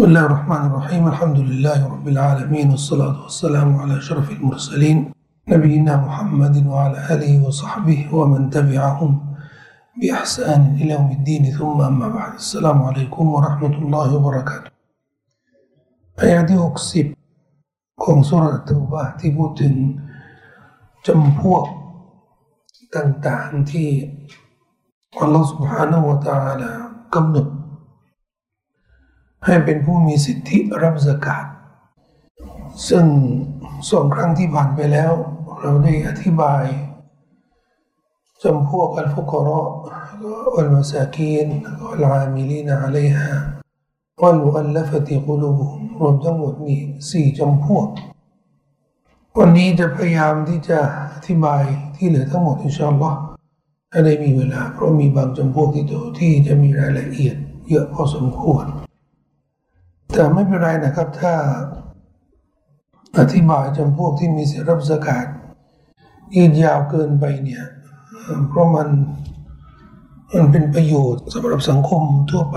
بسم الله الرحمن الرحيم الحمد لله رب العالمين والصلاة والسلام على أشرف المرسلين نبينا محمد وعلى آله وصحبه ومن تبعهم بإحسان إلى يوم الدين ثم أما بعد السلام عليكم ورحمة الله وبركاته อายะห์ที่60ของซูเราะห์อัตเตาบะห์ที่พูดถึงจำพวกต่างๆที่อัลลอฮฺ سبحانه และ تعالى กำหนดให้เป็นผู้มีสิทธิรับซะกาตซึ่ง2 ครั้งที่ผ่านไปแล้วเราได้อธิบายจำพวกอัลฟุกเราะห์วัลมะซากีนวัลอามิลีนอะลัยฮาวัลมุอัลลัฟะติกุลูบุฮุมรวมทั้งหมดนี้4จำพวกวันนี้จะพยายามที่จะอธิบายที่เหลือทั้งหมดอินชาอัลลอฮ์ถ้าได้มีเวลาเพราะมีบางจำพวกที่จะมีรายละเอียดเยอะพอสมควรแต่ไม่เป็นไรนะครับถ้าอธิบายจำพวกที่มีสิทธิรับซะกาตยืดยาวเกินไปเนี่ยเพราะมันเป็นประโยชน์สำหรับสังคมทั่วไป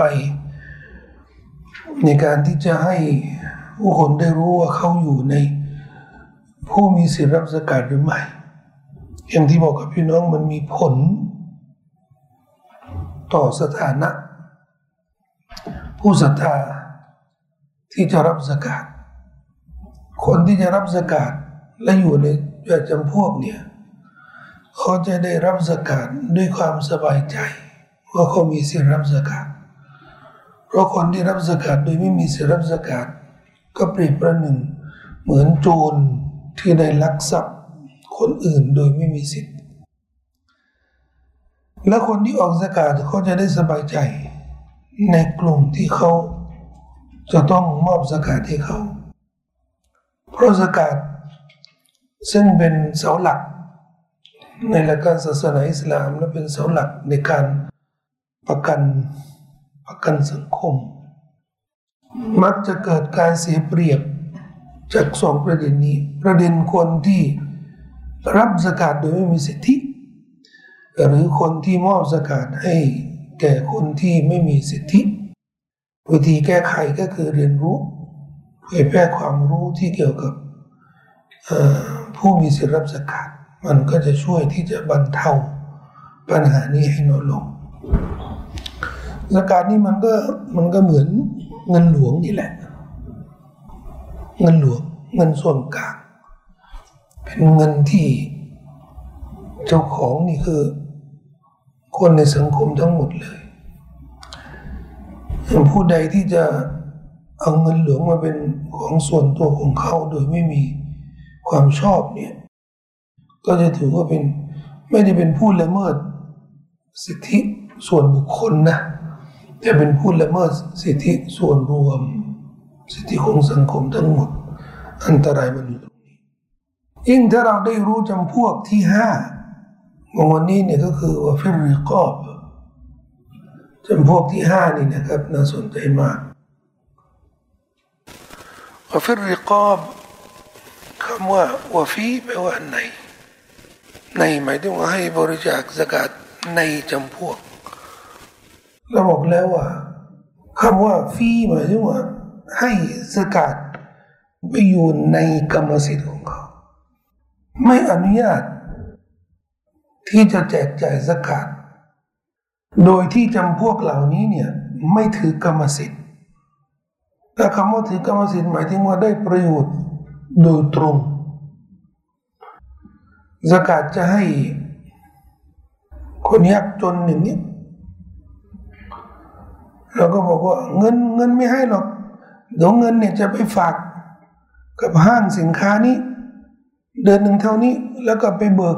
ในการที่จะให้ผู้คนได้รู้ว่าเขาอยู่ในผู้มีสิทธิรับซะกาตหรือไม่อย่างที่บอกกับพี่น้องมันมีผลต่อสถานะผู้ศรัทธาที่จะรับซะกาตคนที่จะรับซะกาตและอยู่ในจำพวกเนี่ยเขาจะได้รับซะกาตด้วยความสบายใจว่าเขามีสิทธิรับซะกาตเพราะคนที่รับซะกาตโดยไม่มีสิทธิรับซะกาตก็เปรียบประหนึ่งเหมือนโจรที่ได้ลักทรัพย์คนอื่นโดยไม่มีสิทธิ์และคนที่ออกซะกาตเขาจะได้สบายใจในกลุ่มที่เขาจะต้องมอบซะกาตให้เขาเพราะซะกาตซึ่งเป็นเสาหลักในหลักการศาสนาอิสลามและเป็นเสาหลักในการประกันสังคมมักจะเกิดการเสียเปรียบจาก2 ประเด็นนี้ประเด็นคนที่รับซะกาตโดยไม่มีสิทธิหรือคนที่มอบซะกาตให้แก่คนที่ไม่มีสิทธิวิธีแก้ไขก็คือเรียนรู้เผยแพร่ความรู้ที่เกี่ยวกับผู้มีสิทธิรับซะกาตมันก็จะช่วยที่จะบรรเทาปัญหานี้ให้น้อยลงซะกาตนี่มันก็เหมือนเงินหลวงนี่แหละเงินหลวงเงินส่วนกลางเป็นเงินที่เจ้าของนี่คือคนในสังคมทั้งหมดเลยผู้ใดที่จะเอาเงินหลวงมาเป็นของส่วนตัวของเขาโดยไม่มีความชอบเนี่ยก็จะถือว่าเป็นไม่ได้เป็นผู้ละเมิดสิทธิส่วนบุคคลนะแต่เป็นผู้ละเมิดสิทธิส่วนรวมสิทธิของสังคมทั้งหมดอันตรายมันอยู่ตรงนี้ยิ่งถ้าเราได้รู้จำพวกที่5ของวันนี้เนี่ยก็คือว่าฟิรริกอบจำพวกที่5นี่นะครับน่าสนใจมากว่าฟิรริกอบคำว่าวะฟีแปลว่าในหมายถึงว่าให้บริจาคซะกาตในจำพวกเราบอกแล้วว่าคำว่าฟีหมายถึงว่าให้ซะกาตไปอยู่ในกรรมสิทธิ์ของเขาไม่อนุญาตที่จะแจกจ่ายซะกาตโดยที่จำพวกเหล่านี้เนี่ยไม่ถือกรรมสิทธิ์และคำว่าถือกรรมสิทธิ์หมายถึงว่าได้ประโยชน์โดยตรงซะกาตจะให้คนยากจนอย่างนี้เราก็บอกว่าเงินไม่ให้หรอกเดี๋ยวเงินเนี่ยจะไปฝากกับห้างสินค้านี้เดือนหนึ่งเท่านี้แล้วก็ไปเบิก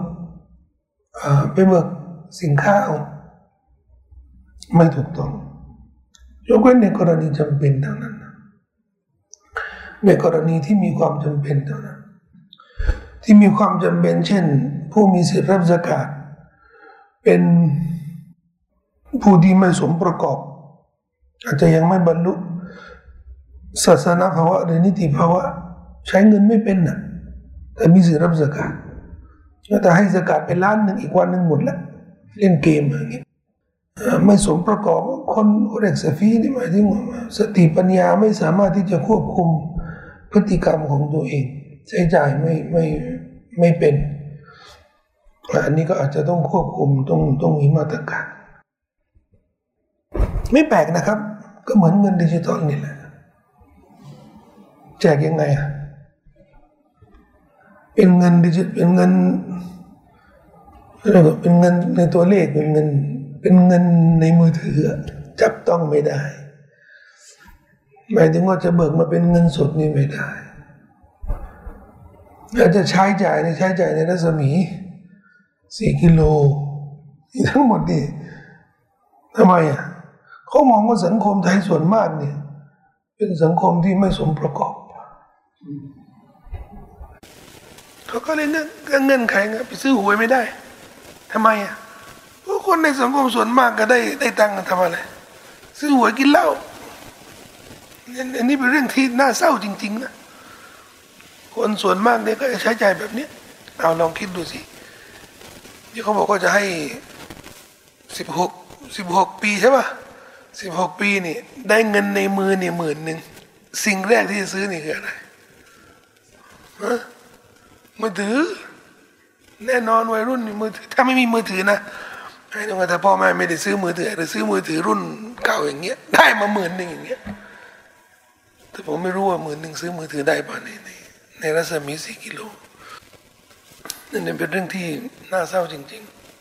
สินค้าเอาไม่ถูกต้องยกเว้นในกรณีจำเป็นเท่านั้นในกรณีที่มีความจำเป็นเท่านั้นที่มีความจำเป็นเช่นผู้มีสิทธิรับซะกาตเป็นผู้ที่ไม่สมประกอบอาจจะยังไม่บรรลุศาสนาภาวะหรือนิติภาวะใช้เงินไม่เป็นนะแต่มีสิทธิรับซะกาตแต่ให้ซะกาตไป1 ล้านอีกวันหนึ่งหมดแล้วเล่นเกมอย่างเงี้ยไม่สมประกอบคนเรียกซาฟีนี่หมายถึงว่าสติปัญญาไม่สามารถที่จะควบคุมพฤติกรรมของตัวเองใช้จ่ายไม่เป็นอันนี้ก็อาจจะต้องควบคุมต้องมีมาตรการไม่แปลกนะครับก็เหมือนเงินดิจิตอลนี่แหละแจกยังไงอ่ะเป็นเงินดิจิตเป็นเงินเป็นเงินในตัวเลขเป็นเงินในมือถือจับต้องไม่ได้หมายถึงว่าจะเบิกมาเป็นเงินสดนี่ไม่ได้อาจจะใช้จ่ายในรัศมี4 กิโลนี่ทั้งหมดนี่ทำไมอ่ะเขามองว่าสังคมไทยส่วนมากเนี่ยเป็นสังคมที่ไม่สมประกอบเขาก็เลยเงื่อนไขไปซื้อหวยไม่ได้ทำไมอ่ะเพราะคนในสังคมส่วนมากก็ได้ตังค์ทำอะไรซื้อหวยกินเหล้าอันนี้เป็นเรื่องที่น่าเศร้าจริงๆนะคนส่วนมากเนี่ยก็ใช้จ่ายแบบนี้เอาลองคิดดูสิที่เขาบอกว่าจะให้16 ปีใช่ป่ะ16 ปีนี่ได้เงินในมือนี่10,000สิ่งแรกที่จะซื้อนี่คืออะไรมือถือแน่นอนวัยรุ่นมือถือถ้าไม่มีมือถือนะให้ตรงนั้นถ้าพ่อแม่ไม่ได้ซื้อมือถือหรือซื้อมือถือรุ่นเก่าอย่างเงี้ยได้มา10,000อย่างเงี้ยแต่ผมไม่รู้ว่า10,000ซื้อมือถือได้ป่ะในรัศมี4 กิโลนั่นเป็นเรื่องที่น่าเศร้าจริง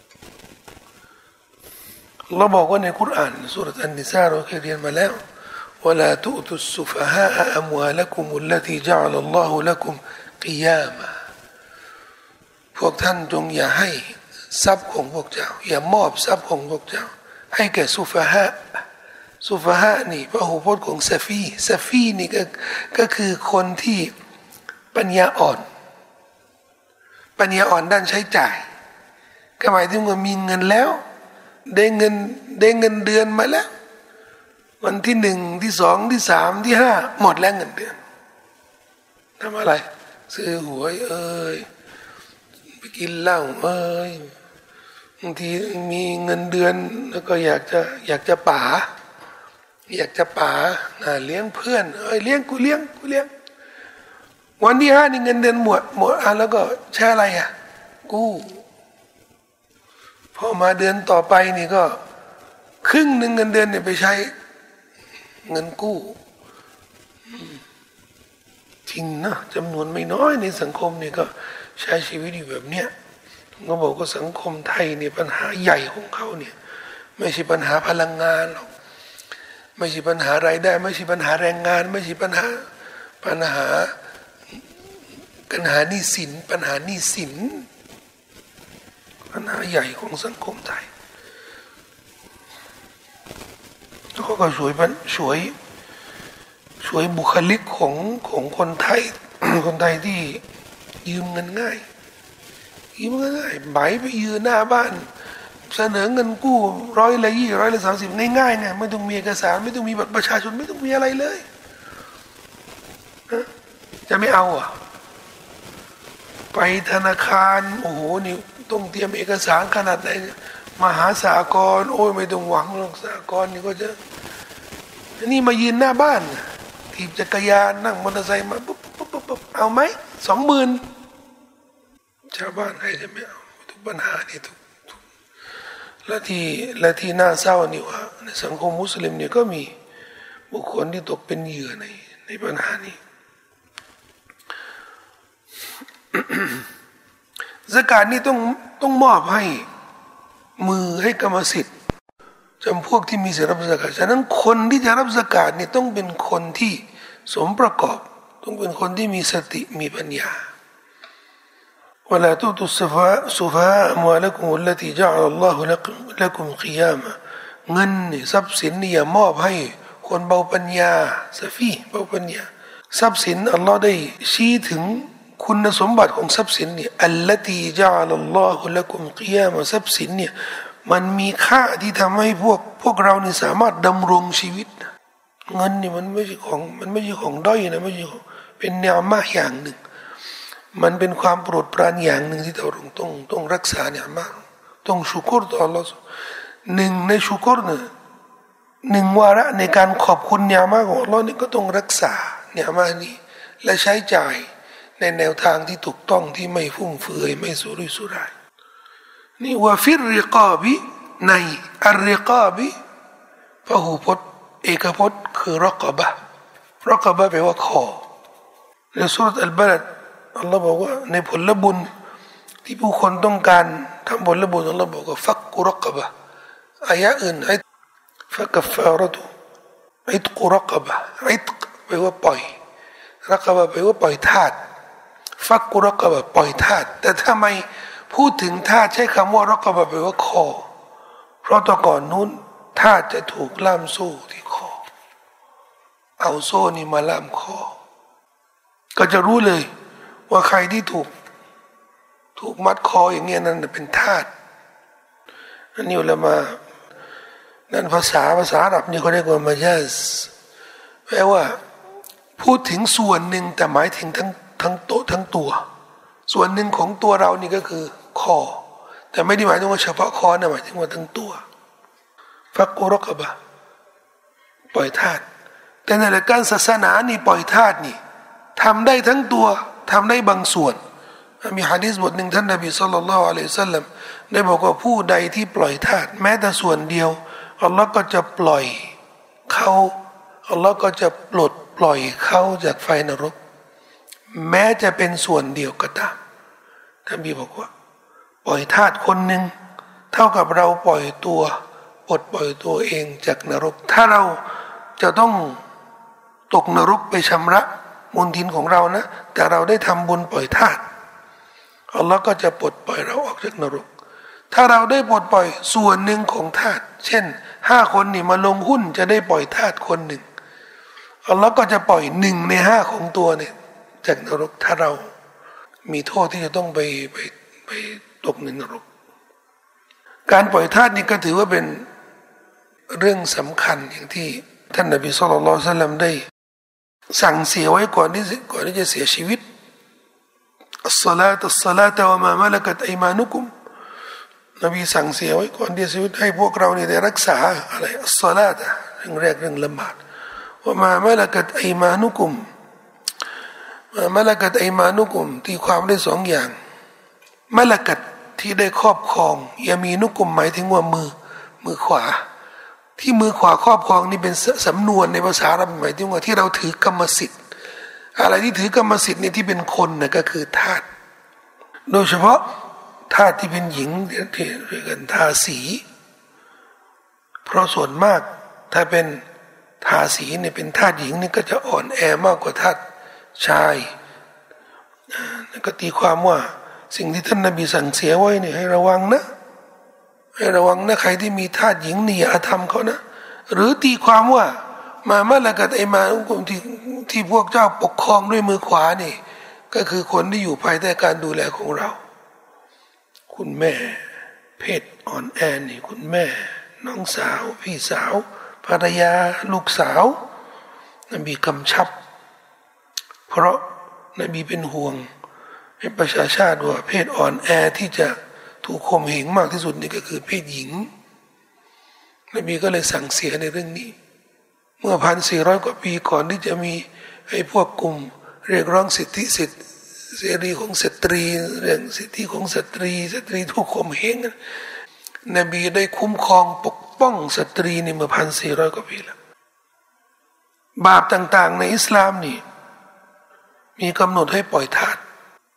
ๆเราบอกว่าในคุรอานสุรอันนิสาเราเคยเรียนมาแล้วولا تؤتوا السفهاء أموالكم التي جعل الله لكم قياما พวกท่านจงอย่าให้ทรัพย์ของพวกเจ้าอย่ามอบทรัพย์ของพวกเจ้าให้แก่ซุฟาฮะนี่พหูพจน์ของซาฟีนี่ก็คือคนที่ปัญญาอ่อนด้านใช้จ่ายก็หมายถึงว่ามีเงินแล้วได้เงินเดือนมาแล้ววันที่1ที่2ที่3ที่5หมดแล้วเงินเดือนทำอะไรซื้อหวยไปกินเหล้าบางทีมีเงินเดือนแล้วก็อยากจะป๋าเลี้ยงเพื่อนเลี้ยงกูเลี้ยงวันที่5นี่เงินเดือนหมดแล้วก็ใช้อะไรกู้พอมาเดือนต่อไปนี่ก็ครึ่งหนึ่งเงินเดือนเนี่ยไปใช้เงินกู้จริงนะจำนวนไม่น้อยในสังคมนี่ก็ใช้ชีวิตอยู่แบบเนี้ยก็บอกว่าสังคมไทยเนี่ยปัญหาใหญ่ของเขาเนี่ยไม่ใช่ปัญหาพลังงานหรอกไม่ใช่ปัญหารายได้ไม่ใช่ปัญหาแรงงานไม่ใช่ปัญหาหนี้สินปัญหาใหญ่ของสังคมไทยเขาก็ช่วยบุคลิกของคนไทย คนไทยที่ยืมเงินง่ายใบไปยืมหน้าบ้านเสนอเงินกู้120 130ง่ายไงไม่ต้องมีเอกสารไม่ต้องมีบัตรประชาชนไม่ต้องมีอะไรเลยจะไม่เอาไปธนาคารโอ้โหนี่ต้องเตรียมเอกสารขนาดไหนมหาสากลโอ้ยไม่ต้องหวังหรอกสากลนี่ก็จะนี่มายืนหน้าบ้านถีบจักรยานนั่งมอเตอร์ไซค์มาปุ๊บเอาไหม20,000ชาวบ้านให้จะไม่เอาทุกปัญหานี่ทุกและที่น่าเศร้านี่ว่าในสังคมมุสลิมเนี่ยก็มีบุคคลที่ตกเป็นเหยื่อในปัญหานี้ซะกาตนี่ต้องมอบให้มือให้กรรมสิทธิ์จำพวกที่มีสิทธิ์รับซะกาตฉะนั้นคนที่จะรับซะกาตนี่ต้องเป็นคนที่สมประกอบต้องเป็นคนที่มีสติมีปัญญาولا تؤتوا السفهاء أموالكم التي جعل الله لكم قياما เงินนี่ทรัพย์สินนี่อย่ามอบให้คนเบาปัญญาซะฟีเบาปัญญาทรัพย์สินอัลลอฮ์ได้ชี้ถึงคุณสมบัติของทรัพย์สินเนี่ยอัลลตีจาอัลลอฮุละกุมกิยามะทรัพย์สินเนี่ยมันมีค่าที่ทำให้พวกเราเนี่ยสามารถดำรงชีวิตเงินนี่มันไม่ใช่ของด้อยนะไม่ใช่ของเป็นเนื้อมาอย่างหนึ่งมันเป็นความโปรดปรานอย่างหนึ่งที่เราต้องรักษาเนี่ยมากต้องชุกรต่ออัลลอฮ์หนึ่งในชุกรเนี่ยหนึ่งวาระในการขอบคุณเนียมะของอัลลอฮ์นี่ก็ต้องรักษาเนียมะนี้และใช้จ่ายในแนวทางที่ถูกต้องที่ไม่ฟุ่มเฟือยไม่สุรุ่ยสุร่ายนี่ว่าฟิรริกาบิในอัรริกาบิพหูพจน์เอกพจน์คือรักบะรักบะแปลว่าคอในสุรษอัลบาลดอัลลอฮ์บอกว่าในผลบุญที่ผู้คนต้องการทำผลบุญอัลลอฮ์บอกว่าฟักกุรักบะอายะอื่นฟักกัฟฟาระตุอิตกุรักบะอิตแปลว่าปล่อยรักบะแปลว่าปล่อยทาสฟักกุรักบะปล่อยทาสแต่ทำไมพูดถึงทาสใช้คำว่ารักบะแปลว่าคอเพราะตอนก่อนนู้นทาสจะถูกล่ามโซ่ที่คอเอาโซ่นี่มาล่ามคอก็จะรู้เลยว่าใครที่ถูกมัดคออย่างเงี้ยนั่นเป็นทาสอันนี้เรามานั่นภาษาอาหรับนี่เขาเรียกว่ามาญัซแปลว่าพูดถึงส่วนหนึ่งแต่หมายถึงทั้งตัวส่วนหนึ่งของตัวเรานี่ก็คือคอแต่ไม่ได้หมายถึงว่าเฉพาะคอนะหมายถึงว่าทั้งตัวฟักกุรกบะปล่อยทาสแต่ในหลักการศาสนานี่ปล่อยทาสนี่ทำได้ทั้งตัวทำได้บางส่วนมีหะดีษบทหนึ่งท่านนบีศ็อลลัลลอฮุอะลัยฮิวะซัลลัมได้บอกว่าผู้ใดที่ปล่อยทาสแม้แต่ส่วนเดียวอัลลอฮ์ก็จะปล่อยเขาอัลลอฮ์ก็จะปลดปล่อยเขาจากไฟนรกแม้จะเป็นส่วนเดียวก็ตามท่านบีบอกว่าปล่อยทาสคนหนึ่งเท่ากับเราปล่อยตัวปลดปล่อยตัวเองจากนรกถ้าเราจะต้องตกนรกไปชำระมลทินของเรานะแต่เราได้ทำบุญปล่อยทาสอัลลอฮ์ก็จะปลดปล่อยเราออกจากนรกถ้าเราได้ปลดปล่อยส่วนหนึ่งของทาสเช่น5 คนนี่มาลงหุ้นจะได้ปล่อยทาสคนหนึ่งอัลลอฮ์ก็จะปล่อย1 ใน 5ของตัวเนี่ยจากนรกถ้าเรามีโทษที่จะต้องไปตกในนรกการปล่อยทาสนี่ก็ถือว่าเป็นเรื่องสำคัญอย่างที่ท่านนบีศ็อลลัลลอฮุอะลัยฮิวะซัลลัมได้สั่งเสียไว้ก่อนที่จะเสียชีวิตอัสศอลาตวะมามะละกัตอัยมานุกุมนบีสั่งเสียไว้ก่อนที่จะเสียชีวิตให้พวกเราเนี่ยได้รักษาอะไรอัสศอลาตเรื่องแรกเรื่องละหมาดวะมามะละกัตอัยมานุกุมมะละกัตอัยมานุกุมที่ความได้2 อย่างมะละกัตที่ได้ครอบครองยามีนุกุมหมายถึงว่ามือขวาที่มือขวาครอบครองนี่เป็นสำนวนในภาษาอาหรับหมายถึงว่าที่เราถือกรรมสิทธิ์อะไรที่ถือกรรมสิทธิ์นี่ที่เป็นคนนะก็คือทาสโดยเฉพาะทาสที่เป็นหญิงที่เรียกกันทาสีเพราะส่วนมากถ้าเป็นทาสีเนี่ยเป็นทาสหญิงนี่ก็จะอ่อนแอมากกว่าทาสชายนั่นก็ตีความว่าสิ่งที่ท่านนบีสั่งเสียไว้เนี่ยให้ระวังนะใครที่มีทาสหญิงนี่อย่าทำเขานะหรือตีความว่ามามะละกัตอัยมานุกุมที่พวกเจ้าปกครองด้วยมือขวานี่ก็คือคนที่อยู่ภายใต้การดูแลของเราคุณแม่เพศอ่อนแอนี่คุณแม่น้องสาวพี่สาวภรรยาลูกสาวนบีกำชับเพราะนบีเป็นห่วงให้ประชาชาติว่าเพศอ่อนแอที่จะถูกข่มเหงมากที่สุดนี่ก็คือเพศหญิงนบีก็เลยสั่งเสียในเรื่องนี้เมื่อ1,400 กว่าปีก่อนที่จะมีไอ้พวกกลุ่มเรียกร้องสิทธิเสรีของสตรีเรื่องสิทธิของสตรีถูกข่มเหงนบีได้คุ้มครองปกป้องสตรีในเมื่อ1,400 กว่าปีแล้วบาปต่างๆในอิสลามนี่มีกำหนดให้ปล่อยทาส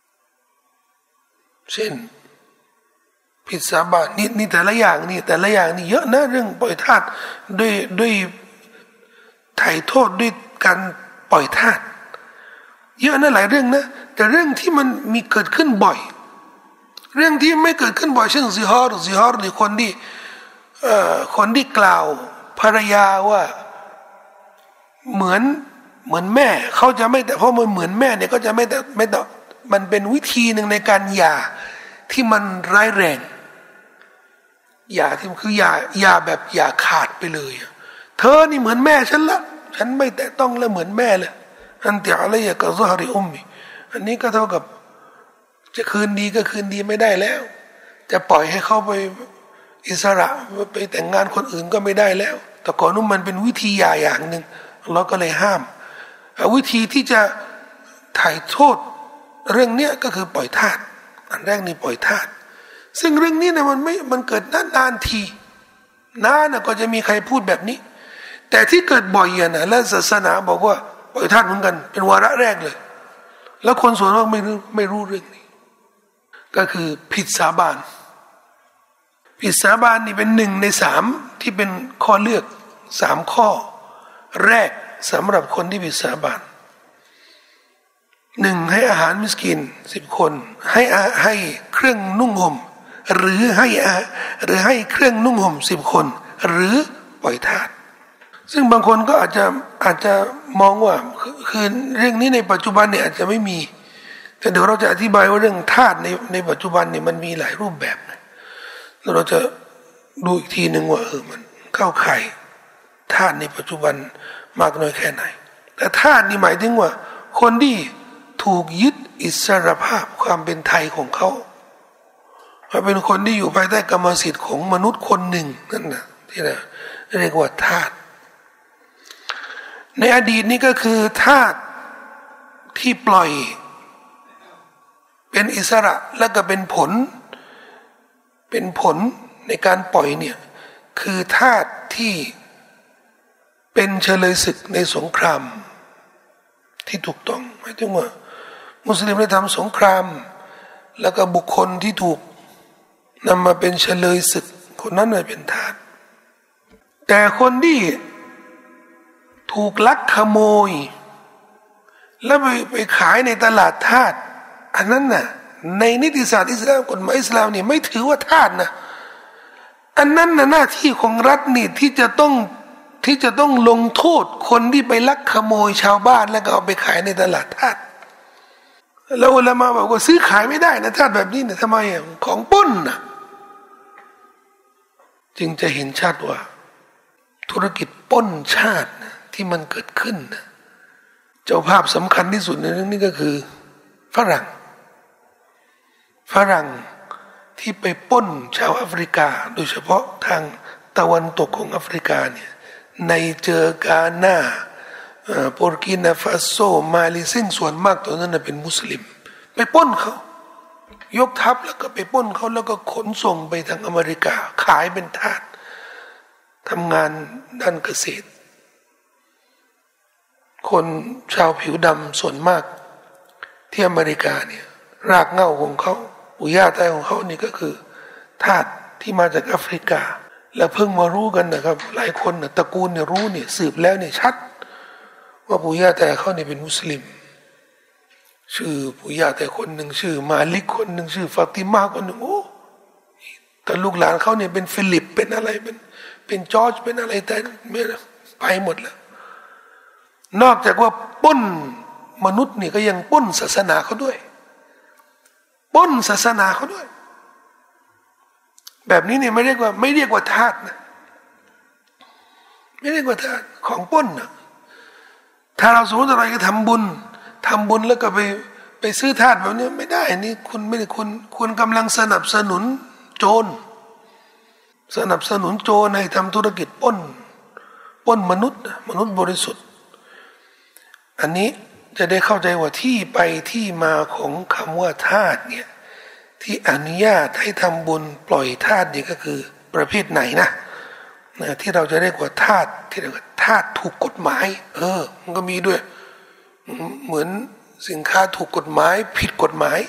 เช่นผิดสาบานนี่แต่ละอย่างนี่เยอะนะเรื่องปล่อยทาสด้วยไถ่โทษด้วยการปล่อยทาสเยอะนะหลายเรื่องนะแต่เรื่องที่มันมีเกิดขึ้นบ่อยเรื่องที่ไม่เกิดขึ้นบ่อยเช่นซิฮาร์นี่คนที่กล่าวภรรยาว่าเหมือนแม่เขาจะไม่แต่เพราะมันเหมือนแม่เนี่ยก็จะไม่แต่มันเป็นวิธีหนึ่งในการหย่าที่มันร้ายแรงหย่าที่คือหย่าแบบหย่าขาดไปเลยเธอนี่เหมือนแม่ฉันละฉันไม่แต่ต้องแล้วเหมือนแม่เลยอันติอะลัยกะซอฮริอุมมีอันนี้ก็เท่ากับจะคืนดีก็คืนดีไม่ได้แล้วจะปล่อยให้เขาไปอิสระไปแต่งงานคนอื่นก็ไม่ได้แล้วแต่ก่อนนู้นมันเป็นวิธีอย่างหนึ่งเราก็เลยห้ามวิธีที่จะถ่ายโทษเรื่องเนี้ยก็คือปล่อยทาสอันแรกนี่ปล่อยทาสซึ่งเรื่องนี้เนี่ยมันเกิดนานทีนานก็จะมีใครพูดแบบนี้แต่ที่เกิดบ่อยนะและศาสนาบอกว่าปล่อยทาสเหมือนกันเป็นวาระแรกเลยแล้วคนส่วนมากไม่รู้เรื่องนี้ก็คือผิดสาบานผิดสาบานนี่เป็น1 ใน 3ที่เป็นข้อเลือก3ข้อแรกสำหรับคนที่ผิดสาบาน1ให้อาหารมิสกิน10 คนให้เครื่องนุ่งห่มหรือให้เครื่องนุ่งห่ม10 คนหรือปล่อยทาสซึ่งบางคนก็อาจจะมองว่าคือเรื่องนี้ในปัจจุบันเนี่ยอาจจะไม่มีแต่เดี๋ยวเราจะอธิบายว่าเรื่องทาสในปัจจุบันเนี่ยมันมีหลายรูปแบบนะแล้วเราจะดูอีกทีหนึ่งว่ามันเข้าข่ายทาสในปัจจุบันมากน้อยแค่ไหนแต่ทาสนี่หมายถึงว่าคนที่ถูกยึดอิสรภาพความเป็นไทยของเขาเป็นคนที่อยู่ภายใต้กรรมสิทธิ์ของมนุษย์คนหนึ่งนั่นนะที่เรียกว่าทาสในอดีตนี่ก็คือทาสที่ปล่อยเป็นอิสระแล้วก็เป็นผลในการปล่อยเนี่ยคือทาสที่เป็นเฉลยศึกในสงครามที่ถูกต้องหมายถึงว่ามุสลิมได้ทำสงครามแล้วก็บุคคลที่ถูกนำมาเป็นเฉลยศึกคนนั้นเลยเป็นทาสแต่คนที่ถูกลักขโมยแล้วไปขายในตลาดทาสอันนั้นน่ะในนิติศาสตร์อิสลามกฎหมายอิสลามนี่ไม่ถือว่าทาสนะอันนั้นน่ะหน้าที่ของรัฐนี่ที่จะต้องลงโทษคนที่ไปลักขโมยชาวบ้านแล้วก็เอาไปขายในตลาดทาสแล้วอุลามะบอกว่าซื้อขายไม่ได้นะทาสแบบนี้เนี่ยทำไมของปล้นนะจึงจะเห็นชัดว่าธุรกิจปล้นชาตินะที่มันเกิดขึ้นนะเจ้าภาพสำคัญที่สุดในเรื่องนี้ก็คือฝรั่งที่ไปปล้นชาวแอฟริกาโดยเฉพาะทางตะวันตกของแอฟริกาเนี่ยในเจอกาหน้าโปรกินาฟาโซมาลีซึ่งส่วนมากตอนนั้นเป็นมุสลิมไปปล้นเขายกทัพแล้วก็ไปปล้นเขาแล้วก็ขนส่งไปทางอเมริกาขายเป็นทาสทำงานด้านเกษตรคนชาวผิวดำส่วนมากที่อเมริกาเนี่ยรากเหง้าของเขาปู่ย่าตายของเขานี่ก็คือทาสที่มาจากแอฟริกาแล้วเพิ่งมารู้กันนะครับหลายคนนะตระกูลเนี่ยรู้เนี่ยสืบแล้วเนี่ยชัดว่าปู่ย่าตายเขาเนี่ยเป็นมุสลิมชื่อปู่ย่าตายคนหนึ่งชื่อมาลิกคนหนึ่งชื่อฟาติมาคนหนึ่งโอ้แต่ลูกหลานเขาเนี่ยเป็นฟิลิปเป็นอะไรเป็นจอร์จเป็นอะไรแต่ไม่ไปหมดแล้วนอกจากว่าปล้นมนุษย์นี่ก็ยังปล้นศาสนาเขาด้วยปล้นศาสนาเขาด้วยแบบนี้เนี่ยไม่เรียกว่าทาสนะไม่เรียกว่าทาสของปล้นนะถ้าเราสมมติอะไรก็ทำบุญแล้วก็ไปซื้อทาสแบบนี้ไม่ได้นี่คุณไม่ได้คุณกำลังสนับสนุนโจรให้ทำธุรกิจปล้นมนุษย์บริสุทธิ์อันนี้จะได้เข้าใจว่าที่ไปที่มาของคำว่าทาสเนี่ยที่อนุญาตให้ทำบุญปล่อยทาสนี่ก็คือประเภทไหนนะที่เราจะเรียกว่าทาสที่เรียกว่าทาสถูกกฎหมายมันก็มีด้วยเหมือนสินค้าถูกกฎหมายผิดกฎหมาย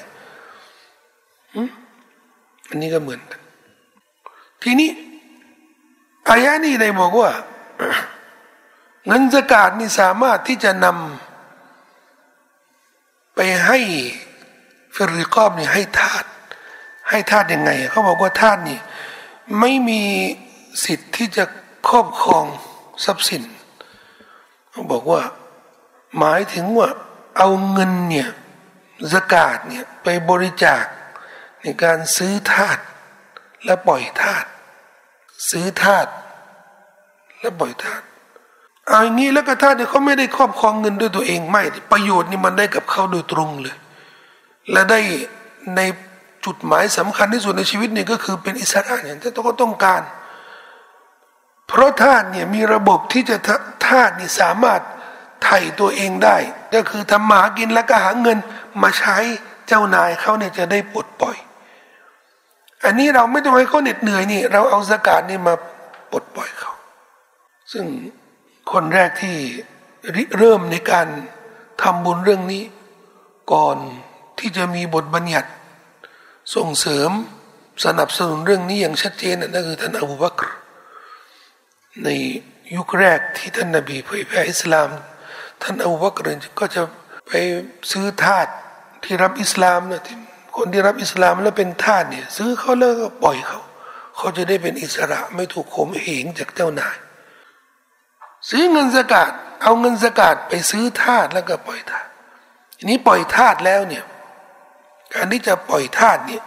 อันนี้ก็เหมือนกันทีนี้อายะนี้ได้บอกว่าเงินซะกาตนี่สามารถที่จะนำไปให้ฟิริกอบนี่ให้ทาสยังไงเขาบอกว่าทาสนี่ไม่มีสิทธิ์ที่จะครอบครองทรัพย์สินเขาบอกว่าหมายถึงว่าเอาเงินเนี่ยซะกาตเนี่ยไปบริจาคในการซื้อทาสและปล่อยทาสซื้อทาสและปล่อยทาสเอาอย่างนี้แล้วก็ทาสเนี่ยเขาไม่ได้ครอบครองเงินด้วยตัวเองไม่ประโยชน์นี่มันได้กับเขาโดยตรงเลยและได้ในจุดหมายสำคัญที่สุดในชีวิตนี่ก็คือเป็นอิสระเนี่ยท่านก็ต้องการเพราะทาสเนี่ยมีระบบที่จะทาสนี่สามารถไถ่ตัวเองได้ก็คือทำมาหากินแล้วก็หาเงินมาใช้เจ้านายเขาเนี่ยจะได้ปลดปล่อยอันนี้เราไม่ต้องให้เขาเหน็ดเหนื่อยนี่เราเอาซะกาตนี่มาปลดปล่อยเขาซึ่งคนแรกที่ริเริ่มในการทำบุญเรื่องนี้ก่อนที่จะมีบทบัญญัติส่งเสริมสนับสนุนเรื่องนี้อย่างชัดเจนนั่นคือท่านอบูบักรในยุคแรกที่ท่านนบีเผยแผ่อิสลามท่านอบูบักรก็จะไปซื้อทาสที่รับอิสลามนะที่คนที่รับอิสลามแล้วเป็นทาสเนี่ยซื้อเขาแล้วก็ปล่อยเขาจะได้เป็นอิสระไม่ถูกข่มเหงจากเจ้านายซื้อเงินซะกาตเอาเงินซะกาตไปซื้อทาสแล้วก็ปล่อยทาสทีนี้ปล่อยทาสแล้วเนี่ยการที่จะปล่อยทาสเนี่ย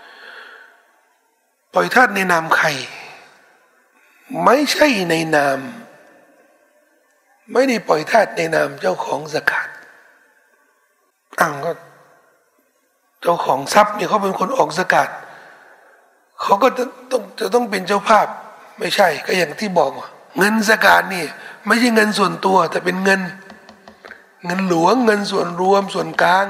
ปล่อยทาสในนามใครไม่ใช่ในนามไม่ได้ปล่อยทาสในนามเจ้าของซะกาตก็เจ้าของทรัพย์เนี่ยเขาเป็นคนออกซะกาตเขาก็จะต้องเป็นเจ้าภาพไม่ใช่ก็อย่างที่บอกว่าเงินซะกาตนี่ไม่ใช่เงินส่วนตัวแต่เป็นเงินหลวงเงินส่วนรวมส่วนกลาง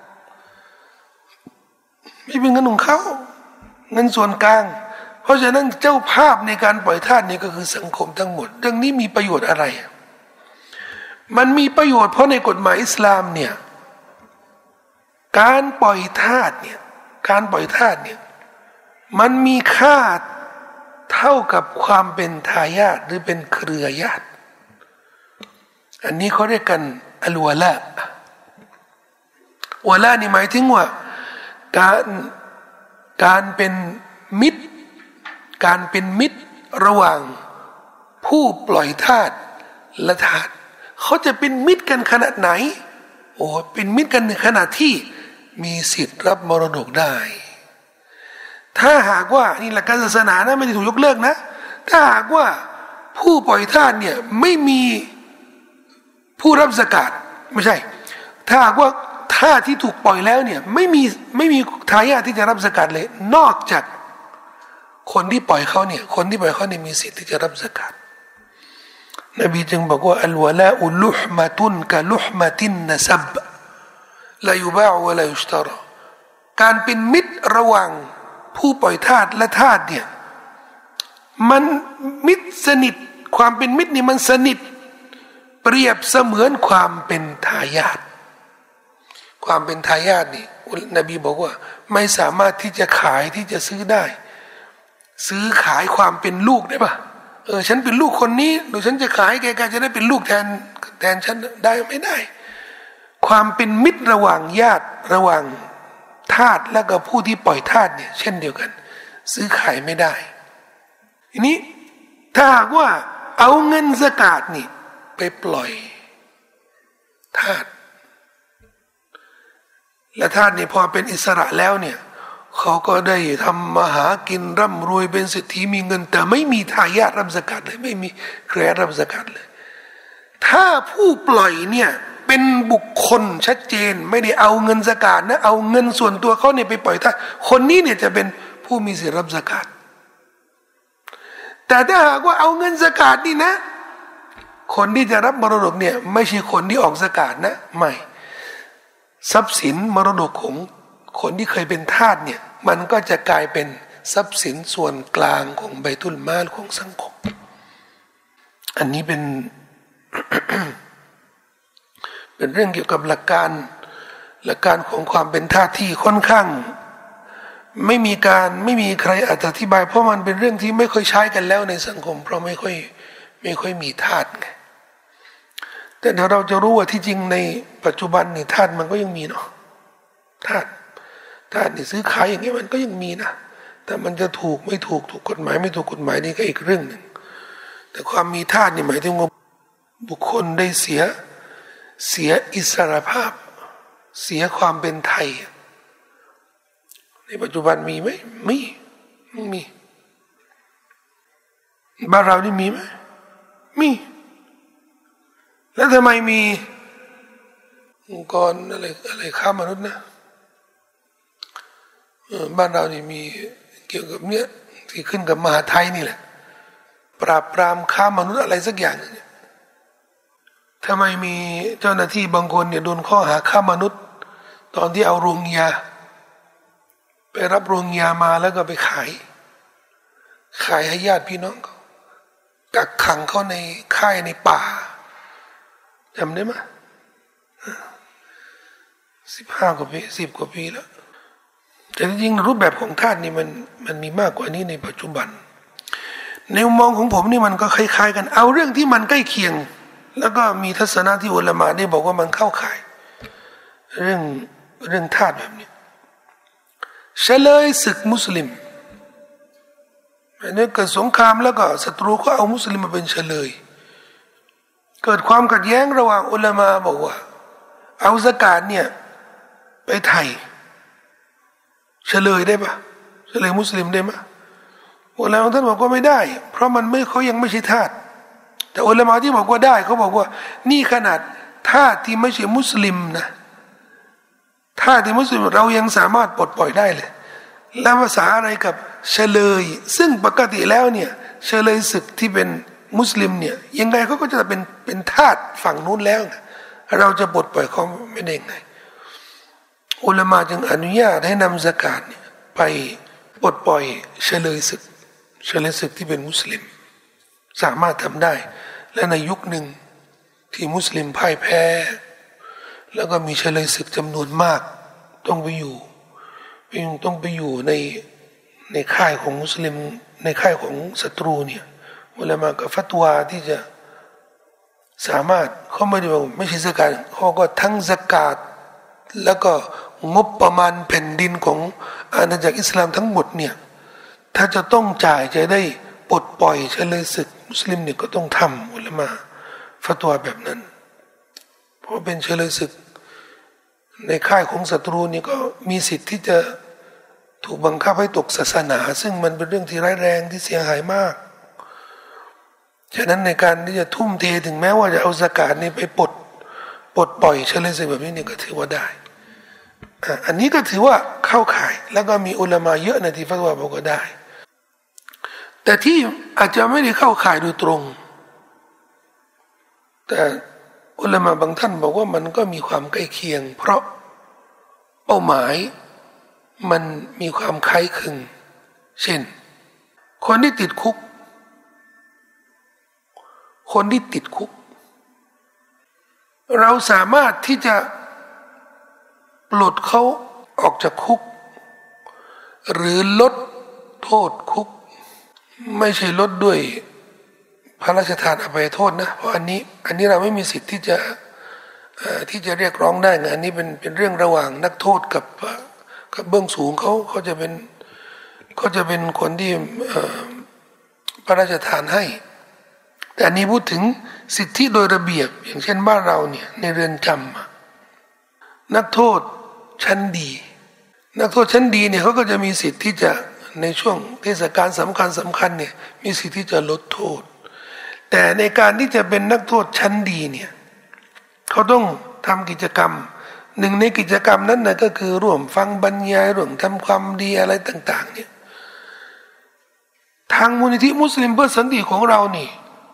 ไม่เป็นเงินของเขาเงินส่วนกลางเพราะฉะนั้นเจ้าภาพในการปล่อยทาสนี่ก็คือสังคมทั้งหมดเรื่องนี้มีประโยชน์อะไรมันมีประโยชน์เพราะในกฎหมายอิสลามเนี่ยการปล่อยทาสเนี่ยการปล่อยทาสเนี่ยมันมีค่าเท่ากับความเป็นทายาทหรือเป็นเครือญาติอันนี้เขาเรียกกันอัลวะลาวะลานี่หมายถึงว่าการเป็นมิตรระหว่างผู้ปล่อยทาสและทาสเขาจะเป็นมิตรกันขนาดไหนโอ้เป็นมิตรกันในขนาดที่มีสิทธิ์รับมรดกได้ถ้าหากว่านี่หลักการศาสนานะไม่ได้ถูกยกเลิกนะถ้าหากว่าผู้ปล่อยทาสเนี่ยไม่มีผู้รับซะกาตไม่ใช่ถ้าหากว่าทาสที่ถูกปล่อยแล้วเนี่ยไม่มีทายาทที่จะรับซะกาตเลยนอกจากคนที่ปล่อยเขาเนี่ยมีสิทธิ์ที่จะรับซะกาตนบีจึงบอกว่าอัลวะลาอุลุฮมะตุนกะลุฮมะตินนะซับลายุบะอ์วะลายุชตะรอการเป็นมิตรระหว่างผู้ปล่อยทาสและทาสเนี่ยมันมิตรสนิทความเป็นมิตรนี่มันสนิทเปรียบเสมือนความเป็นทายาทความเป็นทายาทนี่นบีบอกว่าไม่สามารถที่จะขายที่จะซื้อได้ซื้อขายความเป็นลูกได้ปะฉันเป็นลูกคนนี้เดี๋ยวฉันจะขายแกจะได้เป็นลูกแทนฉันได้ไม่ได้ความเป็นมิตรระหว่างญาติระหว่างทาสและก็ผู้ที่ปล่อยทาสเนี่ยเช่นเดียวกันซื้อขายไม่ได้ทีนี้ถ้าหากว่าเอาเงินซะกาตนี่ไปปล่อยทาสและทาสนี่พอเป็นอิสระแล้วเนี่ยเขาก็ได้ทำมาหากินร่ำรวยเป็นเศรษฐีมีเงินแต่ไม่มีทายาทรับซะกาตเลยไม่มีเครือญาติรับซะกาตเลยถ้าผู้ปล่อยเนี่ยเป็นบุคคลชัดเจนไม่ได้เอาเงินซะกาตนะเอาเงินส่วนตัวเขาเนี่ยไปปล่อยทาสคนนี้เนี่ยจะเป็นผู้มีสิทธิ์รับซะกาตแต่ถ้าหากว่าเอาเงินซะกาตนี่นะคนที่จะรับมรดกเนี่ยไม่ใช่คนที่ออกซะกาตนะไม่ทรัพย์สินมรดกของคนที่เคยเป็นทาสเนี่ยมันก็จะกลายเป็นทรัพย์สินส่วนกลางของไบตุลมาลของสังคมอันนี้เป็น เป็นเรื่องเกี่ยวกับหลักการของความเป็นทาสที่ค่อนข้างไม่มีใครอธิบายเพราะมันเป็นเรื่องที่ไม่ค่อยใช้กันแล้วในสังคมเพราะไม่ค่อยมีทาสไงแต่เดี๋ยวเราจะรู้ว่าที่จริงในปัจจุบันนี่ทาสมันก็ยังมีเนาะทาสนี่ซื้อขายอย่างนี้มันก็ยังมีนะแต่มันจะถูกไม่ถูกกฎหมายไม่ถูกกฎหมายนี่ก็อีกเรื่องหนึ่งแต่ความมีทาสนี่หมายถึงว่าบุคคลได้เสียอิสรภาพเสียความเป็นไทยในปัจจุบันมีไหมไม่มีบ้านเรานี่มีไหมมีแล้วทำไมมีองค์กรอะไรค้ามนุษย์นะบ้านเรานี่มีเกี่ยวกับเนี้ยที่ขึ้นกับมหาไทยนี่แหละปราบปรามค้ามนุษย์อะไรสักอย่างเนี่ยทำไมมีเจ้าหน้าที่บางคนเนี่ยโดนข้อหาค้ามนุษย์ตอนที่เอาโรงยาไปรับโรงยามาแล้วก็ไปขายให้ญาติพี่น้องเขากักขังเขาในค่ายในป่าจำได้ไหม15 กว่าปี10 กว่าปีแล้วแต่จริงๆรูปแบบของทาสนี่มันมีมากกว่านี้ในปัจจุบันในมุมมองของผมนี่มันก็คล้ายๆกันเอาเรื่องที่มันใกล้เคียงแล้วก็มีทัศนะที่อุลามะได้บอกว่ามันเข้าข่ายเรื่องทาสแบบนี้เฉลยศึกมุสลิมอันนี้เกิดสงครามแล้วก็ศัตรูก็เอามุสลิมมาเป็นเฉลยเกิดความขัดแย้งระหว่างอุลามะบอกว่าเอาซะกาตเนี่ยไปไถ่เฉลยได้ปะเฉลยมุสลิมได้ไหมอุลามะท่านบอกว่าไม่ได้เพราะมันไม่เขายังไม่ใช่ทาสแต่อุลามะที่บอกว่าได้เขาบอกว่านี่ขนาดทาสที่ไม่ใช่มุสลิมนะทาสที่มุสลิมเรายังสามารถปลดปล่อยได้เลยแล้วภาษาอะไรกับเฉลยซึ่งปกติแล้วเนี่ยเฉลยศึกที่เป็นมุสลิมเนี่ยยังไงเขาก็จะเป็นทาสฝั่งนู้นแล้วเราจะปลดปล่อยเขาไม่ได้ไงอุลามะจึงอนุญาตให้นำซะกาตเนี่ยไปปลดปล่อยเฉลยศึกที่เป็นมุสลิมสามารถทำได้และในยุคหนึ่งที่มุสลิมพ่ายแพ้แล้วก็มีเฉลยศึกจำนวนมากต้องไปอยู่ในค่ายของมุสลิมในค่ายของศัตรูเนี่ยอุลามะก็ฟัตวาที่จะสามารถเขาไม่ได้บอกไม่ใช่ซะกาตเขาก็ทั้งซะกาตแล้วก็งบประมาณแผ่นดินของอาณาจักรอิสลามทั้งหมดเนี่ยถ้าจะต้องจ่ายจะได้ปลดปล่อยเฉลยศึกมุสลิมเนี่ยก็ต้องทำอุลามะฟัตวาแบบนั้นเพราะเป็นเฉลยศึกในค่ายของศัตรูนี่ก็มีสิทธิ์ที่จะถูกบังคับให้ตกศาสนาซึ่งมันเป็นเรื่องที่ร้ายแรงที่เสียหายมากฉะนั้นในการที่จะทุ่มเทถึงแม้ว่าจะเอาซะกาตนี่ไปปลดปล่อยเฉลยศึกแบบนี้เนี่ยก็ถือว่าได้อันนี้ก็ถือว่าเข้าข่ายแล้วก็มีอุลามะเยอะในที่ฟัตวาบอกว่าได้แต่ที่อาจจะไม่ได้เข้าข่ายโดยตรงแต่อุลามะบางท่านบอกว่ามันก็มีความใกล้เคียงเพราะเป้าหมายมันมีความคล้ายคลึงเช่นคนที่ติดคุกเราสามารถที่จะปลดเขาออกจากคุกหรือลดโทษคุกไม่ใช่ลดด้วยพระราชทานอภัยโทษนะเพราะอันนี้เราไม่มีสิทธิ์ที่จะเรียกร้องได้ไงอันนี้เป็นเรื่องระหว่างนักโทษกับเบื้องสูงเขาจะเป็นคนที่พระราชทานให้แต่อันนี้พูดถึงสิทธิโดยระเบียบอย่างเช่นบ้านเราเนี่ยในเรือนจำนักโทษชั้นดีเนี่ยเขาก็จะมีสิทธิ์ที่จะในช่วงเทศกาลสำคัญเนี่ยมีสิทธิ์ที่จะลดโทษแต่ในการที่จะเป็นนักโทษชั้นดีเนี่ยเขาต้องทำกิจกรรมหนึ่งในกิจกรรมนั้นนะก็คือร่วมฟังบรรยายร่วมทำความดีอะไรต่างๆเนี่ยทางมูลนิธิมุสลิมเพื่อสันติของเรานี่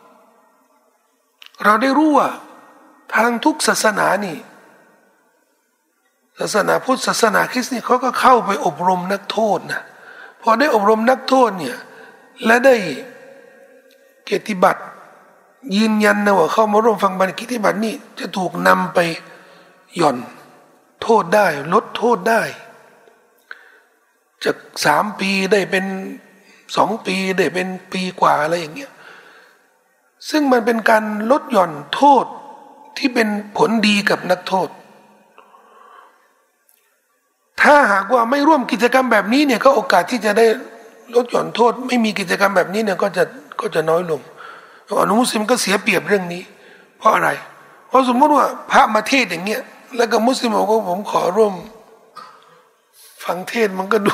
เราได้รู้ว่าทางทุกศาสนานี่ศาสนาพุทธศาสนาคริสต์นี่เขาก็เข้าไปอบรมนักโทษนะพอได้อบรมนักโทษเนี่ยและได้เกียรติบัตรยืนยันนะว่าเข้ามาร่วมฟังบรรยายเกียรติบัตรนี่จะถูกนำไปหย่อนโทษได้ลดโทษได้จาก3 ปีได้เป็น2 ปีได้เป็นปีกว่าอะไรอย่างเงี้ยซึ่งมันเป็นการลดหย่อนโทษที่เป็นผลดีกับนักโทษถ้าหากว่าไม่ร่วมกิจกรรมแบบนี้เนี่ยก็โอกาสที่จะได้ลดหย่อนโทษไม่มีกิจกรรมแบบนี้เนี่ยก็จะน้อยลงอนุมุสลิมก็เสียเปรียบเรื่องนี้เพราะอะไรเพราะสมมติว่าพระมาเทศอย่างเงี้ยแล้วก็มุสลิมบอกว่าผมขอร่วมฟังเทศมันก็ดู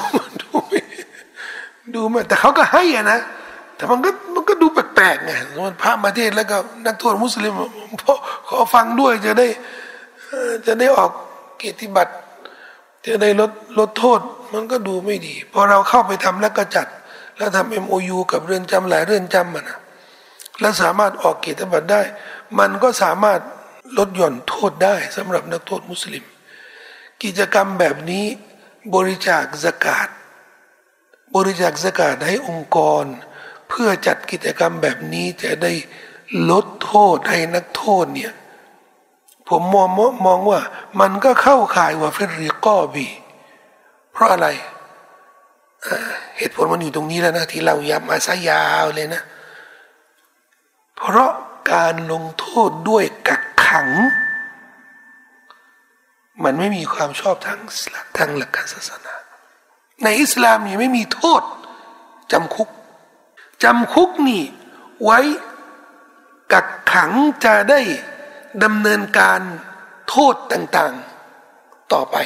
ไม่แต่เขาก็ให้อะนะแต่มันก็ดูแปลกๆไงสมมติพระมาเทศแล้วก็นักโทษมุสลิมขอฟังด้วยจะได้ออกเกียรติบัตรจะได้ลดโทษมันก็ดูไม่ดีพอเราเข้าไปทำแล้วก็จัดแล้วทำ MOU กับเรือนจำหลายเรือนจำมันนะแล้วสามารถออกเกียรติบัตรได้มันก็สามารถลดหย่อนโทษได้สำหรับนักโทษมุสลิมกิจกรรมแบบนี้บริจาคซะกาตให้องค์กรเพื่อจัดกิจกรรมแบบนี้จะได้ลดโทษให้นักโทษเนี่ยผมมองว่ามันก็เข้าข่ายว่าฟิริกอบีเพราะอะไรเหตุผลมันอยู่ตรงนี้แล้วนะที่เราย้ำมาซะยาวเลยนะเพราะการลงโทษด้วยกักขังมันไม่มีความชอบทางหลักการศาสนาในอิสลามนี่ไม่มีโทษจำคุกนี่ไว้กักขังจะได้ดำเนินการโทษต่างๆต่อไป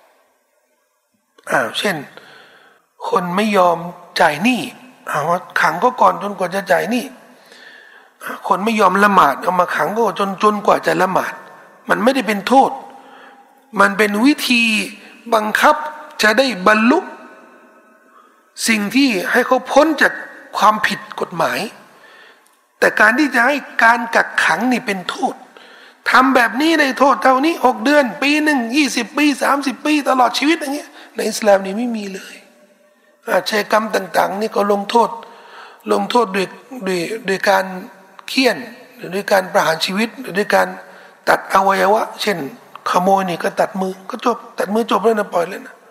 เช่นคนไม่ยอมจ่ายหนี้ขังก็ก่อนจนกว่าจะจ่ายหนี้คนไม่ยอมละหมาดเอามาขังก็จนกว่าจะละหมาดมันไม่ได้เป็นโทษมันเป็นวิธีบังคับจะได้บรรลุสิ่งที่ให้เขาพ้นจากความผิดกฎหมายแต่การที่จะให้การกักขังนี่เป็นโทษทำแบบนี้ในโทษเท่านี้6 เดือนปีหนึ่ง20 ปี30 ปีตลอดชีวิตอย่างเงี้ยในอิสลามนี่ไม่มีเลยอาชญากรรมต่างๆนี่ก็ลงโทษด้วยการเฆี่ยนหรือด้วยการประหารชีวิตหรือด้วยการตัดอวัยวะเช่นขโมยนี่ก็ตัดมือก็จบตัดมือจบเลยนะปล่อยเลยนะ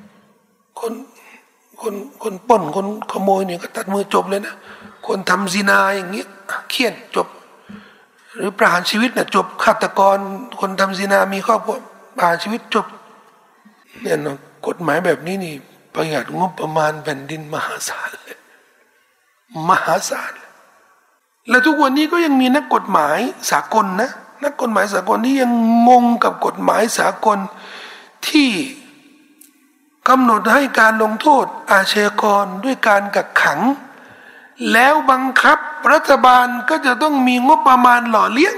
คนปล้นคนขโมยนี่ก็ตัดมือจบเลยนะคนทำซินาอย่างเงี้ยเฆี่ยนจบหรือประหารชีวิตเนี่ยจบฆาตกรคนทำซินามีครอบครัวประหารชีวิตจบเนี่ยนะกฎหมายแบบนี้นี่ประหยัดงบประมาณแผ่นดินมหาศาลเลยมหาศาลและทุกวันนี้ก็ยังมีนักกฎหมายสากลนะนักกฎหมายสากลที่ยังงงกับกฎหมายสากลที่กำหนดให้การลงโทษอาชญากรด้วยการกักขังแล้วบังคับรัฐบาลก็จะต้องมีงบประมาณหล่อเลี้ยง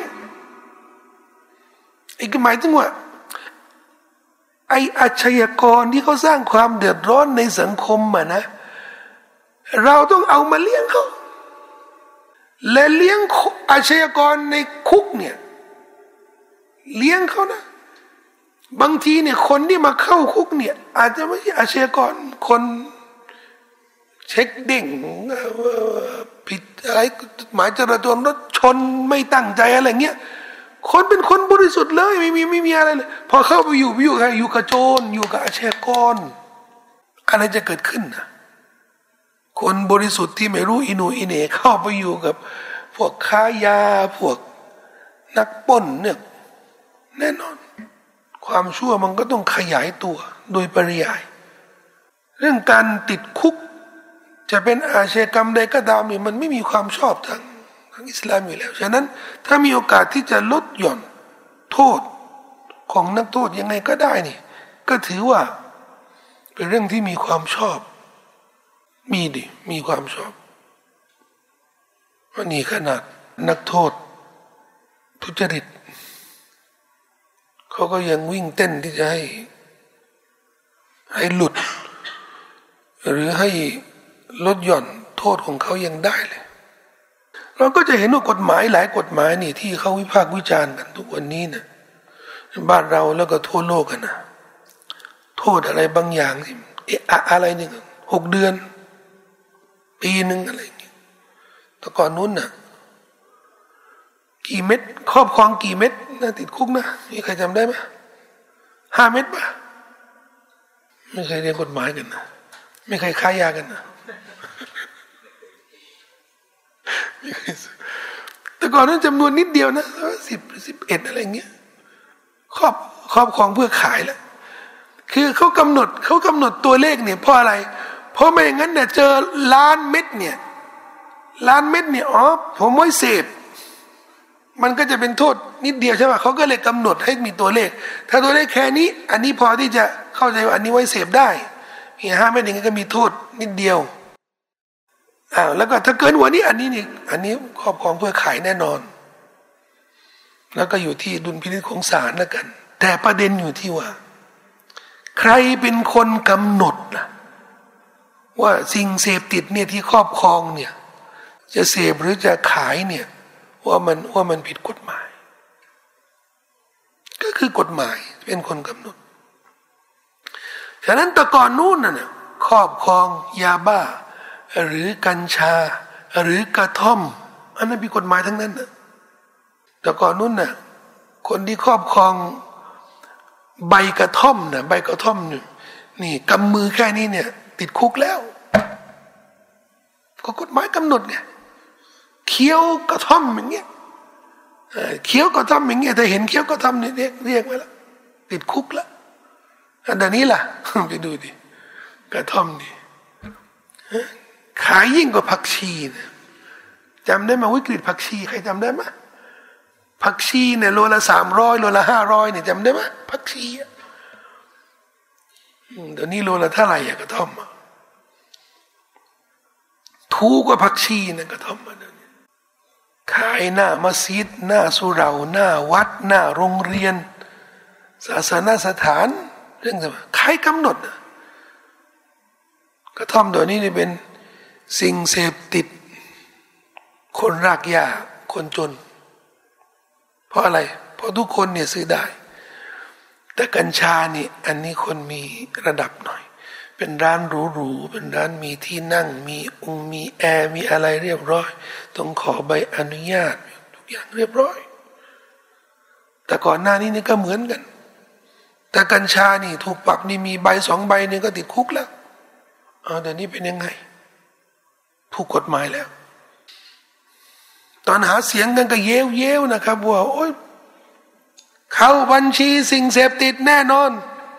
อีกหมายถึงว่าไออาชญากรที่เขาสร้างความเดือดร้อนในสังคมนะเราต้องเอามาเลี้ยงเขาและเลี้ยงอาชญากรในคุกเนี่ยเลี้ยงเขานะบางทีเนี่ยคนที่มาเข้าคุกเนี่ยอาจจะไม่ใช่อาชญากรคนเช็คเด้งผิดอะไรหมายจราจรรถชนไม่ตั้งใจอะไรเงี้ยคนเป็นคนบริสุทธิ์เลยไม่มีอะไรเลยพอเข้าไปอยู่กับโจรอยู่กับอาชญากรอะไรจะเกิดขึ้นนะคนบริสุทธิ์ที่ไม่รู้อินูอิเหน่เข้าไปอยู่กับพวกค้ายาพวกนักปล้นเนี่ยแน่นอนความชั่วมันก็ต้องขยายตัวโดยปริยายเรื่องการติดคุกจะเป็นอาชญากรรมใดก็ตามนี่มันไม่มีความชอบทางอิสลามอยู่แล้วฉะนั้นถ้ามีโอกาสที่จะลดหย่อนโทษของนักโทษยังไงก็ได้นี่ก็ถือว่าเป็นเรื่องที่มีความชอบมีความชอบวันนี้ขนาดนักโทษทุจริตเขาก็ยังวิ่งเต้นที่จะให้หลุดหรือให้ลดหย่อนโทษของเขายังได้เลยเราก็จะเห็นว่ากฎหมายหลายกฎหมายนี่ที่เขาวิพากษ์วิจารณ์กันทุกวันนี้นะบ้านเราแล้วก็ทั่วโลกกันนะโทษอะไรบางอย่างที่อะไรหนึ่ง6 เดือนปีหนึ่งอะไรอย่างเงี้ยแต่ก่อนนู้นน่ะกี่เม็ดครอบครองกี่เม็ดน่าติดคุกนะมีใครจำได้ไหม5 เม็ดป่ะไม่เคยเรียนกฎหมายกันนะไม่เคยค้ายากันนะแต่ก่อนนั้นจำนวนนิดเดียวนะ10 11อะไรเงี้ยครอบครองเพื่อขายแล้วคือเขากำหนดตัวเลขเนี่ยเพราะอะไรเพราะไม่อย่างนั้นเนี่ยเจอล้านเม็ดเนี่ยผมไว้เสพมันก็จะเป็นโทษนิดเดียวใช่ไหมเขาก็เลยกำหนดให้มีตัวเลขถ้าตัวเลขแค่นี้อันนี้พอที่จะเข้าใจว่าอันนี้ไว้เสพได้มี5 เม็ดอย่างนี้ก็มีโทษนิดเดียวแล้วก็ถ้าเกินกว่านี้อันนี้ครอบครองเพื่อขายแน่นอนแล้วก็อยู่ที่ดุลพินิจของศาลแล้วกันแต่ประเด็นอยู่ที่ว่าใครเป็นคนกำหนดล่ะว่าสิ่งเสพติดเนี่ยที่ครอบครองเนี่ยจะเสพหรือจะขายเนี่ยว่ามันผิดกฎหมายก็คือกฎหมายเป็นคนกำหนดฉะนั้นแต่ก่อนนู้นน่ะครอบครองยาบ้าหรือกัญชาหรือกระท่อมอันนั้นผิดกฎหมายทั้งนั้นน่ะแต่ก่อนนู้นน่ะคนที่ครอบครองใบกระท่อมน่ะใบกระท่อมนี่กำมือแค่นี้เนี่ยติดคุกแล้วก็กฎหมายกำหนดไงเคี้ยวกระท่อมอย่างเงี้ยเคี้ยวกระท่อมอย่างเงี้ยแต่เห็นเคี้ยวกระท่อมเนี่ยเรียกไว้แล้วติดคุกแล้วอันนี้ล่ะไปดูดิกระท่อมนี่ขายยิ่งกว่าผักชีนะจำได้ไหมวิกฤตผักชีใครจำได้ไหมผักชีเนี่ยโลละ300โลละ500เนี่ยจำได้ไหมผักชีเดี๋ยวนี้โลละเท่าไหร่กระท่อมถูกกว่าผักชีนะกระท่อมเดี๋ยวนี้ขายหน้ามัสยิดหน้าสุเหร่าหน้าวัดหน้าโรงเรียนศาสนสถานเรื่องอะไรใครกำหนดกระท่อมตัวนี้นี่เป็นสิ่งเสพติดคนรากหญ้าคนจนเพราะอะไรเพราะทุกคนเนี่ยซื้อได้แต่กัญชานี่อันนี้คนมีระดับหน่อยเป็นร้านหรูๆเป็นร้านมีที่นั่งมีมีแอร์มีอะไรเรียบร้อยต้องขอใบอนุญาตทุกอย่างเรียบร้อยแต่ก่อนหน้านี้นี่ก็เหมือนกันแต่กัญชานี่ถูกปรับนี่มีใบ2 ใบนี่ก็ติดคุกแล้วเดี๋ยวนี้เป็นยังไงถูกกฎหมายแล้วตอนหาเสียงกันก็เย้วนะครับว่าโอ๊ยเข้าบัญชีสิ่งเสพติดแน่นอน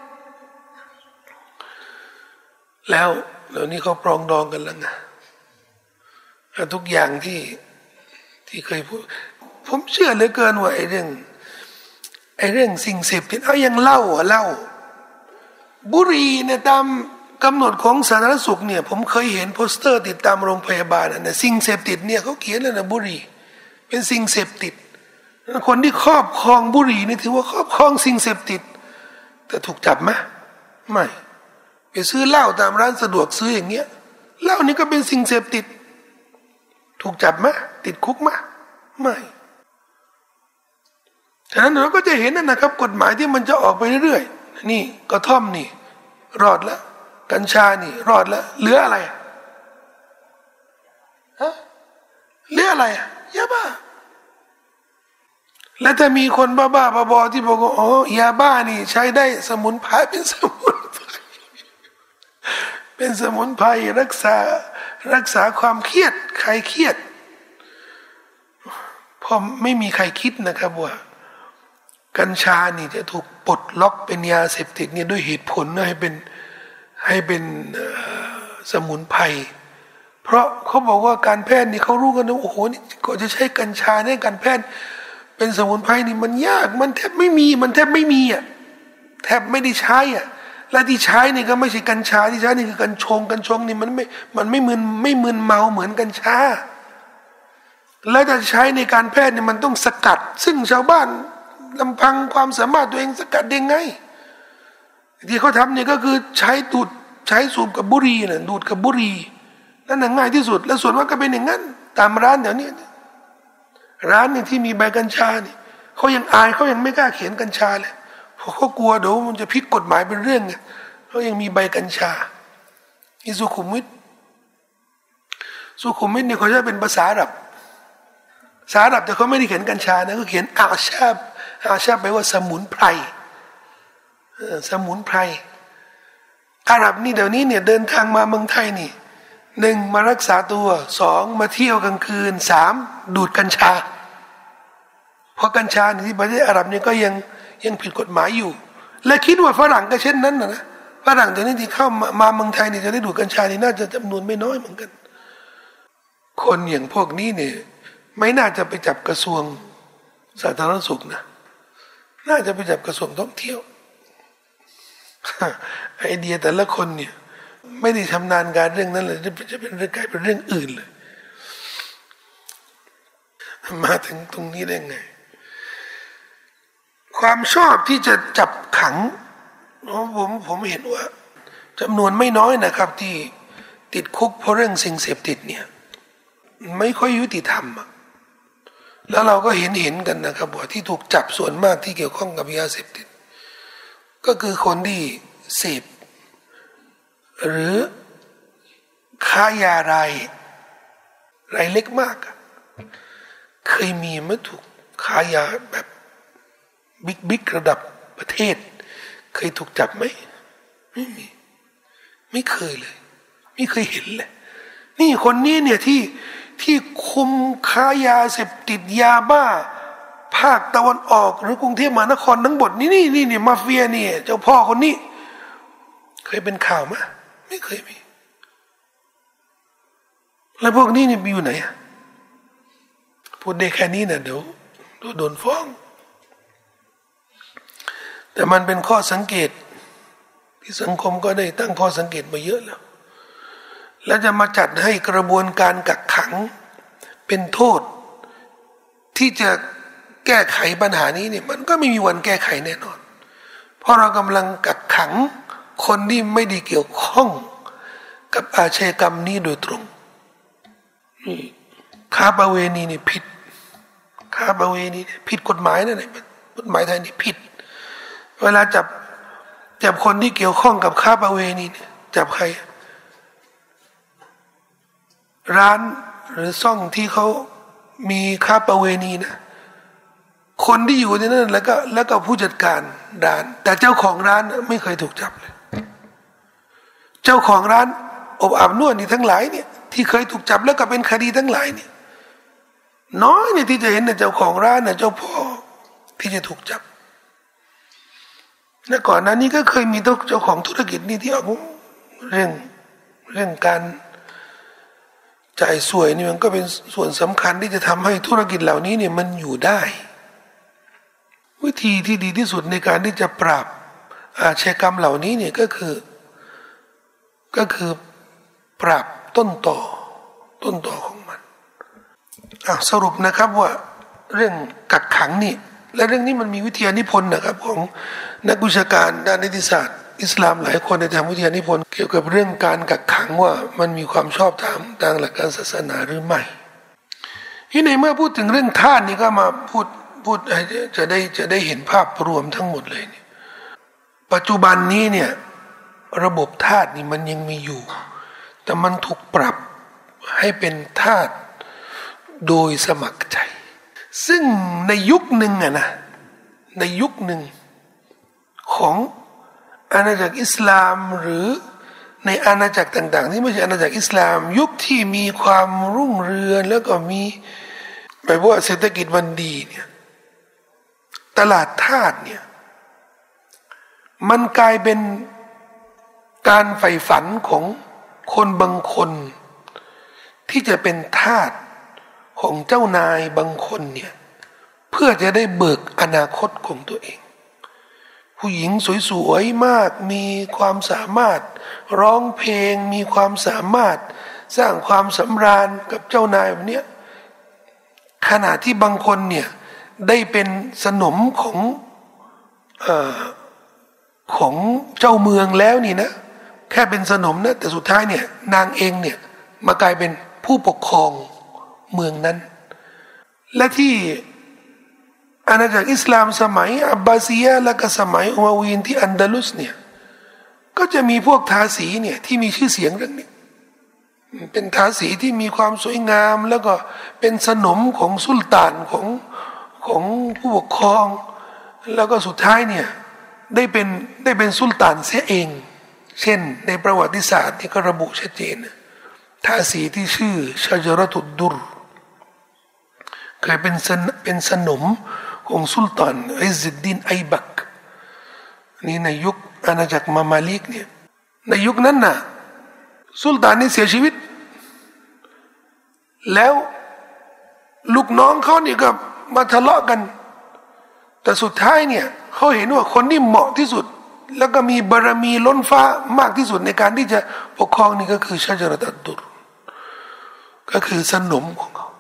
แล้วเดี๋ยวนี้เขาปรองดองกันแล้วไงทุกอย่างที่เคยพูดผมเชื่อเหลือเกินว่าไอ้เรื่องสิ่งเสพติดยังเหล้าบุหรี่เนี่ยตามกำหนดของสาธารณสุขเนี่ยผมเคยเห็นโปสเตอร์ติดตามโรงพยาบาลนะสิ่งเสพติดเนี่ยเขาเขียนเลยนะบุหรี่เป็นสิ่งเสพติดคนที่ครอบครองบุหรี่นี่ถือว่าครอบครองสิ่งเสพติดแต่ถูกจับไหมไม่ไปซื้อเหล้าตามร้านสะดวกซื้ออย่างเงี้ยเหล้านี่ก็เป็นสิ่งเสพติดถูกจับไหมติดคุกไหมไม่ฉะนั้นเราก็จะเห็นนะครับกฎหมายที่มันจะออกไปเรื่อยๆนี่กระท่อมนี่รอดแล้วกัญชานี่รอดแล้วเหลืออะไรเหลืออะไรยาบ้าแล้วถ้ามีคนบ้าๆบอๆที่บอกว่าอ๋อยาบ้านี่ใช้ได้สมุนไพรเป็นสมุนไพรรักษาความเครียดใครเครียดพอไม่มีใครคิดนะครับว่ากัญชานี่จะถูกปลดล็อกเป็นยาเสพติดเนี่ยด้วยเหตุผลให้เป็นสมุนไพรเพราะเขาบอกว่าการแพทย์นี่เขารู้กันนะโอ้โหนี่ก็จะใช้กัญชาในการแพทย์เป็นสมุนไพรนี่มันยากมันแทบไม่มีแทบไม่ได้ใช้และที่ใช้นี่ก็ไม่ใช่กัญชาที่ใช้นี่คือกัญชงนี่มันไม่มึนเมาเหมือนกัญชาแล้วจะใช้ในการแพทย์เนี่ยมันต้องสกัดซึ่งชาวบ้านลำพังความสามารถตัวเองสกัดได้ไงที่เขาทำเนี่ยก็คือใช้สูบกับบุหรี่น่ะดูดกับบุหรี่นั่นน่ะง่ายที่สุดและส่วนมากก็เป็นอย่างนั้นตามร้านเดี๋ยวนี้ร้านเนี่ยที่มีใบกัญชาเนี่ยเขายังอายเขายังไม่กล้าเขียนกัญชาเลยเพราะเขากลัวเดี๋ยวมันจะผิดกฎหมายเป็นเรื่องไงเขายังมีใบกัญชาที่สุขุมวิทเนี่ยเขาจะเป็นภาษาอาหรับแต่เขาไม่ได้เขียนกัญชานะเขาเขียนอาชาแปลว่าสมุนไพรอาหรับนี่เดี๋ยวนี้เนี่ยเดินทางมาเมืองไทยนี่1มารักษาตัว2มาเที่ยวกลางคืน3ดูดกัญชาเพราะกัญชาที่ประเทศอาหรับเนี่ยก็ยังผิดกฎหมายอยู่และคิดว่าฝรั่งก็เช่นนั้นนะฝรั่งเดี๋ยวนี้ที่เข้ามาเมืองไทยนี่จะได้ดูดกัญชานี่น่าจะจำนวนไม่น้อยเหมือนกันคนอย่างพวกนี้เนี่ยไม่น่าจะไปจับกระทรวงสาธารณสุขนะน่าจะไปจับกระทรวงท่องเที่ยวไอเดียแต่ละคนเนี่ยไม่ได้ชำนาญการเรื่องนั้นเลยจะเป็นเรื่องกลายเป็นเรื่องอื่นเลยมาถึงตรงนี้ได้ไงความชอบที่จะจับขังผมเห็นว่าจำนวนไม่น้อยนะครับที่ติดคุกเพราะเรื่องสิ่งเสพติดเนี่ยไม่ค่อยยุติธรรมแล้วเราก็เห็นกันนะครับว่าที่ถูกจับส่วนมากที่เกี่ยวข้องกับยาเสพติดก็คือคนที่เสพหรือค้ายารายเล็กมากเคยมีมั้ยถูกค้ายาแบบบิ๊กระดับประเทศเคยถูกจับไหมไม่มีไม่เคยเลยไม่เคยเห็นเลยนี่คนนี้เนี่ยที่คุมค้ายาเสพติดยาบ้าภาคตะวันออกหรือกรุงเทพมหานครทั้งหมดนี่มาเฟียนี่เจ้าพ่อคนนี้เคยเป็นข่าวไหมไม่เคยมีแล้วพวกนี้นี่อยู่ไหนพูดได้แค่นี้นะเดี๋ยวโดนฟ้องแต่มันเป็นข้อสังเกตที่สังคมก็ได้ตั้งข้อสังเกตมาเยอะแล้วจะมาจัดให้กระบวนการกักขังเป็นโทษที่จะแก้ไขปัญหานี้เนี่ยมันก็ไม่มีวันแก้ไขแน่นอนเพราะเรากำลังกักขังคนที่ไม่ได้เกี่ยวข้องกับอาชญากรรมนี้โดยตรงค้าประเวณีนี่ผิดค้าประเวณีนี่ผิดกฎหมายนั่นแหละกฎหมายไทยนี่ผิดเวลาจับคนที่เกี่ยวข้องกับค้าประเวณีเนี่ยจับใครร้านหรือซ่องที่เขามีค้าประเวณีนะคนที่อยู่ในนั้นแล้วก็ผู้จัดการร้านแต่เจ้าของร้านไม่เคยถูกจับเลยเจ้าของร้านอบอาบนวดนี่ทั้งหลายเนี่ยที่เคยถูกจับแล้วก็เป็นคดีทั้งหลายเนี่ยน้อยเนี่ยที่จะเห็นเนี่ยเจ้าของร้านเนี่ยเจ้าพ่อที่จะถูกจับและก่อนหน้านี้ก็เคยมีเจ้าของธุรกิจนี่ที่ออกเรื่องการจ่ายสวยนี่มันก็เป็นส่วนสำคัญที่จะทำให้ธุรกิจเหล่านี้เนี่ยมันอยู่ได้วิธีที่ดีที่สุดในการที่จะปราบอาชญากรรมเหล่านี้เนี่ยก็คือปราบต้นต่อของมันสรุปนะครับว่าเรื่องกักขังนี่และเรื่องนี้มันมีวิทยานิพนธ์นะครับของนักวิชาการด้านนิติศาสตร์อิสลามหลายคนได้ทำวิทยานิพนธ์เกี่ยวกับเรื่องการกักขังว่ามันมีความชอบธรรมทางหลักการศาสนาหรือไม่ที่ในเมื่อพูดถึงเรื่องทาสนี่ก็มาพูดจะได้เห็นภาพรวมทั้งหมดเลยเนี่ยปัจจุบันนี้เนี่ยระบบทาสนี่มันยังมีอยู่แต่มันถูกปรับให้เป็นทาสโดยสมัครใจซึ่งในยุคหนึ่งนะในยุคหนึ่งของอาณาจักรอิสลามหรือในอาณาจักรต่างๆที่ไม่ใช่อาณาจักรอิสลามยุคที่มีความรุ่งเรืองแล้วก็มีแบบว่าเศรษฐกิจมันดีเนี่ยตลาดทาสเนี่ยมันกลายเป็นการใฝ่ฝันของคนบางคนที่จะเป็นทาสของเจ้านายบางคนเนี่ยเพื่อจะได้เบิกอนาคตของตัวเองผู้หญิงสวยๆมากมีความสามารถร้องเพลงมีความสามารถสร้างความสำราญกับเจ้านายแบบนี้ขณะที่บางคนเนี่ยได้เป็นสนมของเจ้าเมืองแล้วนี่นะแค่เป็นสนมนะแต่สุดท้ายเนี่ยนางเองเนี่ยมากลายเป็นผู้ปกครองเมืองนั้นและที่อาณาจักรอิสลามสมัยอับบาซียะและก็สมัยอุมัวีนที่อันดาลุสเนี่ยก็จะมีพวกทาสีเนี่ยที่มีชื่อเสียงเรื่องนี้เป็นทาสีที่มีความสวยงามแล้วก็เป็นสนมของสุลต่านของผู้ปกครองแล้วก็สุดท้ายเนี่ยได้เป็นสุลต่านเสียเองเช่นในประวัติศาสตร์ที่ก็ระบุชัดเจนทาสีที่ชื่อชาจารตุดดุรเคยเป็นสนมของสุลต่านอิซซุดดีนไอบักนี่ในยุคอาณาจักรมามาลิกเนี่ยในยุคนั้นน่ะสุลต่านนี่เสียชีวิตแล้วลูกน้องเขานี่ก็มาทะเลาะกันแต่สุดท้ายเนี่ยเขาเห็นว่าคนที่เหมาะที่สุดแล้วก็มีบารมีล้นฟ้ามากที่สุดในการที่จะปกครองนี่ก็คือชาจารตุดดุรก็คือสนมของเขา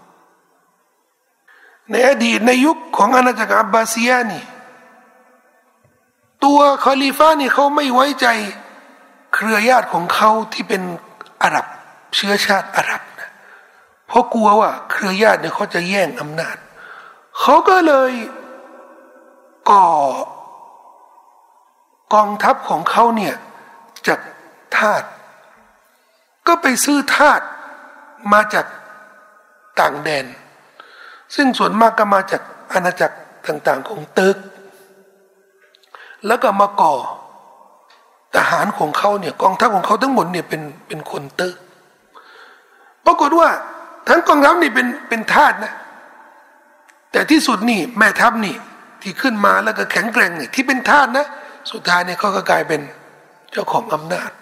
ในอดีตในยุคของอาณาจักรอับบาซียะนี่ตัวคอลีฟะนี่เขาไม่ไว้ใจเครือญาติของเขาที่เป็นอาหรับเชื้อชาติอาหรับนะเพราะกลัวว่าเครือญาติเนี่ยเขาจะแย่งอำนาจเขาก็เลยก่อกองทัพของเขาเนี่ยจากทาสก็ไปซื้อทาสมาจากต่างแดนซึ่งส่วนมากก็มาจากอาณาจักรต่างๆของเติร์กแล้วก็มาก่อทหารของเขาเนี่ยกองทัพของเขาทั้งหมดเนี่ยเป็นคนเติร์กปรากฏว่าทั้งกองทัพนี่เป็นทาสนะแต่ที่สุดนี่แม่ทัพนี่ที่ขึ้นมาแล้วก็แข็งแกร่งนี่ที่เป็นทาสนะสุดท้ายเนี่ยเขาก็กลายเป็นเจ้าของอำนาจ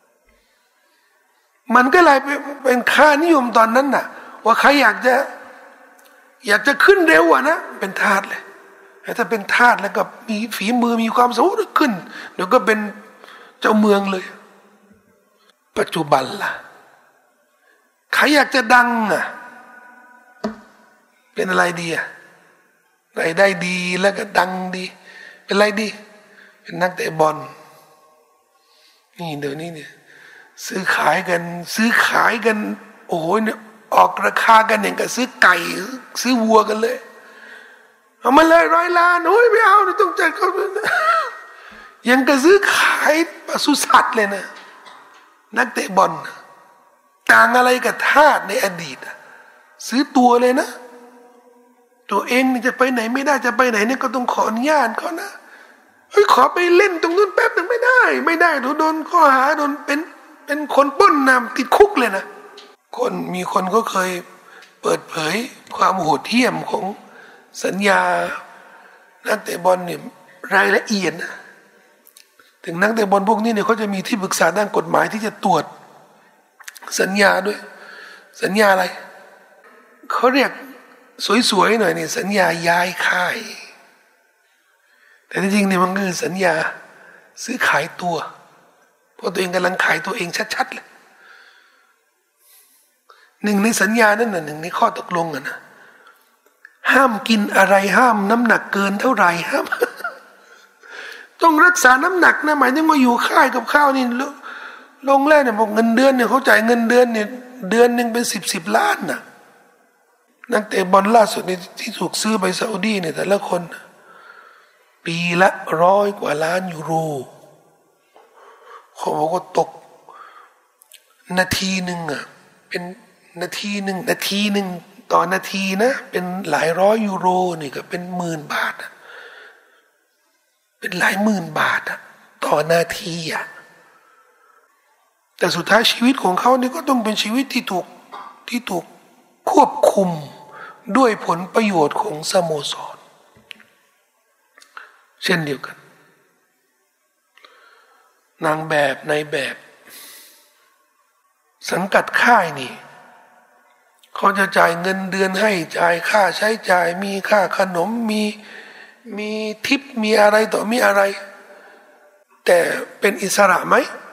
มันก็เลยเป็นค่านิยมตอนนั้นน่ะว่าใครอยากจะขึ้นเร็วอ่ะนะเป็นทาสเลยแต่ถ้าเป็นทาสแล้วก็มีฝีมือมีความสามารถขึ้นเดี๋ยวก็เป็นเจ้าเมืองเลยปัจจุบันล่ะใครอยากจะดังอ่ะเป็นอะไรดีอ่ะรายได้ดีแล้วก็ดังดีเป็นอะไรดีเป็นนักเตะบอลนี่เดี๋ยวนี้เนี่ยซื้อขายกันโอ้โหเนี่ยออกราคากันอย่างกับซื้อไก่ซื้อวัวกันเลยเอามาเลย100 ล้านโอ้ยไม่เอาต้องจัดเขายังกับซื้อขายปศุสัตว์เลยนะนักเตะบอลต่างอะไรกับทาสในอดีตซื้อตัวเลยนะตัวเองนี่จะไปไหนไม่ได้จะไปไหนเนี่ยก็ต้องขออนุญาตเขานะเฮ้ยขอไปเล่นตรงนู้นแป๊บนึงไม่ได้โดนข้อหาโดนเป็นคนปล้นนำติดคุกเลยนะมีคนก็เคยเปิดเผยความโหดเหี้ยมของสัญญานักเตะบอลเนี่ยรายละเอียดนะถึงนักเตะบอลพวกนี้เนี่ยเขาจะมีที่ปรึกษาด้านกฎหมายที่จะตรวจสัญญาด้วยสัญญาอะไรเขาเรียกสวยๆหน่อยนี่สัญญาย้ายค่ายแต่จริงๆเนี่ยมันคือสัญญาซื้อขายตัวเพราะตัวเองกำลังขายตัวเองชัดๆเลยหนึ่งในสัญญานั่นน่ะหนึ่งในข้อตกลงอ่ะนะห้ามกินอะไรห้ามน้ำหนักเกินเท่าไหร่ห้าม ต้องรักษาน้ำหนักนะหมายถึงว่าอยู่ค่ายกับข้าวนี่ลงแรกเนี่ยบอกเงินเดือนเนี่ยเขาจ่ายเงินเดือนเนี่ยเดือนหนึ่งเป็น10 ล้านน่ะนักเตะบอลล่าสุดนี่ที่ถูกซื้อไปซาอุดีเนี่ยแต่ละคนปีละ100 กว่าล้านยูโรเขาบอกว่าตกนาทีหนึ่งอ่ะเป็นนาทีหนึ่งต่อนาทีนะเป็นหลายร้อยยูโรนี่ก็เป็น10,000 บาทเป็นหลาย10,000 บาทต่อนาทีอ่ะแต่สุดท้ายชีวิตของเขานี่ก็ต้องเป็นชีวิตที่ถูกควบคุมด้วยผลประโยชน์ของสโมสรเช่นเดียวกันนางแบบในแบบสังกัดค่ายนี่เขาจะจ่ายเงินเดือนให้จ่ายค่าใช้จ่ายมีค่าขนมมีทิปมีอะไรต่อมีอะไรแต่เป็นอิสระไหม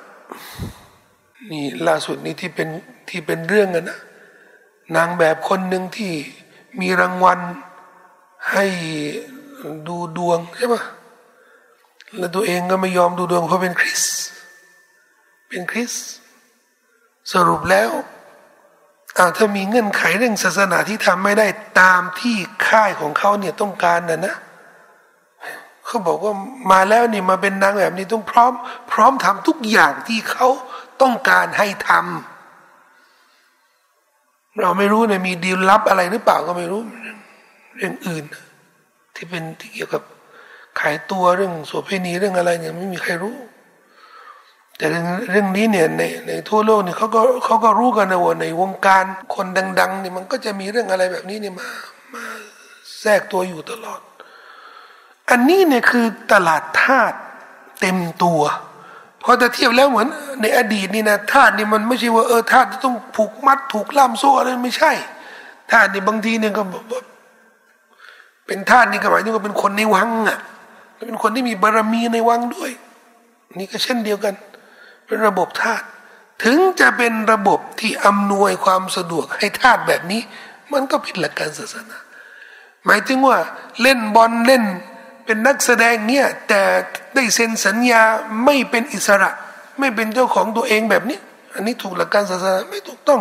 นี่ล่าสุดนี้ที่เป็นเรื่องกันนะนางแบบคนหนึ่งที่มีรางวัลให้ดูดวงใช่ปะแล้วตัวเองก็ไม่ยอมดูดวงเพราะเป็นคริสสรุปแล้วถ้ามีเงื่อนไขเรื่องศาสนาที่ทำไม่ได้ตามที่ค่ายของเขาเนี่ยต้องการนะเขาบอกว่ามาแล้วนี่มาเป็นนางแบบนี้ต้องพร้อมทำทุกอย่างที่เขาต้องการให้ทำเราไม่รู้เนี่ยมีดีลลับอะไรหรือเปล่าก็ไม่รู้เรื่องอื่นที่เกี่ยวกับขายตัวเรื่องโสเภณีเรื่องอะไรเนี่ยไม่มีใครรู้แต่เรื่องนี้เนี่ยในทั่วโลกเนี่ยเขาก็รู้กันนะว่าในวงการคนดังๆเนี่ยมันก็จะมีเรื่องอะไรแบบนี้เนี่ยมาแทรกตัวอยู่ตลอดอันนี้เนี่ยคือตลาดทาสเต็มตัวพอจะเทียบแล้วเหมือนในอดีตนี่นะทาสนี่มันไม่ใช่ว่าทาสต้องผูกมัดถูกล่ามโซ่อะไรไม่ใช่ทาสนี่บางทีเนี่ยก็เป็นทาสนี่ก็หมายถึงว่าเป็นคนในวังอ่ะเป็นคนที่มีบารมีในวังด้วยนี่ก็เช่นเดียวกันเป็นระบบทาสถึงจะเป็นระบบที่อำนวยความสะดวกให้ทาสแบบนี้มันก็ผิดหลักการศาสนาหมายถึงว่าเล่นบอลเล่นเป็นนักแสดงเนี่ยแต่ได้เซ็นสัญญาไม่เป็นอิสระไม่เป็นเจ้าของตัวเองแบบนี้อันนี้ถูกหลักการศาสนาไม่ถูกต้อง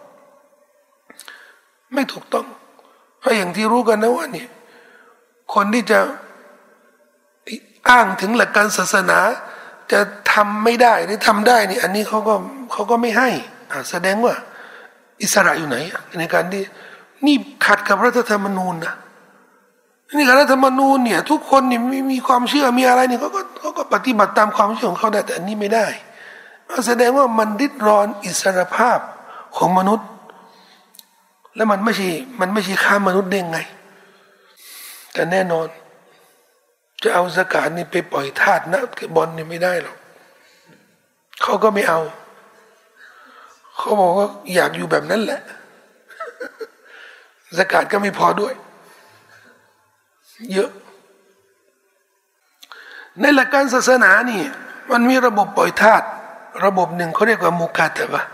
ไม่ถูกต้องเพราะอย่างที่รู้กันนะว่าเนี่ยคนที่จะอ้างถึงหลักการศาสนาจะทำไม่ได้หรือทำได้นี่อันนี้เขาก็ไม่ให้แสดงว่าอิสระอยู่ไหนในการที่นี่ขัดกับรัฐธรรมนูญนะนี่กับรัฐธรรมนูญเนี่ยทุกคนนี่มีความเชื่อมีอะไรนี่เขาก็ปฏิบัติตามความเชื่อของเขาได้แต่อันนี้ไม่ได้แสดงว่ามันริดรอนอิสรภาพของมนุษย์และมันไม่ใช่ฆ่ามนุษย์ได้ไงแต่แน่นอนจะเอาซะกาตนี่ไปปล่อยทาสนะบอลนี่ไม่ได้หรอกเขาก็ไม่เอาเขาบอกว่าอยากอยู่แบบนั้นแหละซะกาตก็ไม่พอด้วยเยอะในหลักการศาสนานี่มันมีระบบปล่อยทาสระบบหนึ่งเขาเรียกว่ามุกาตะบะ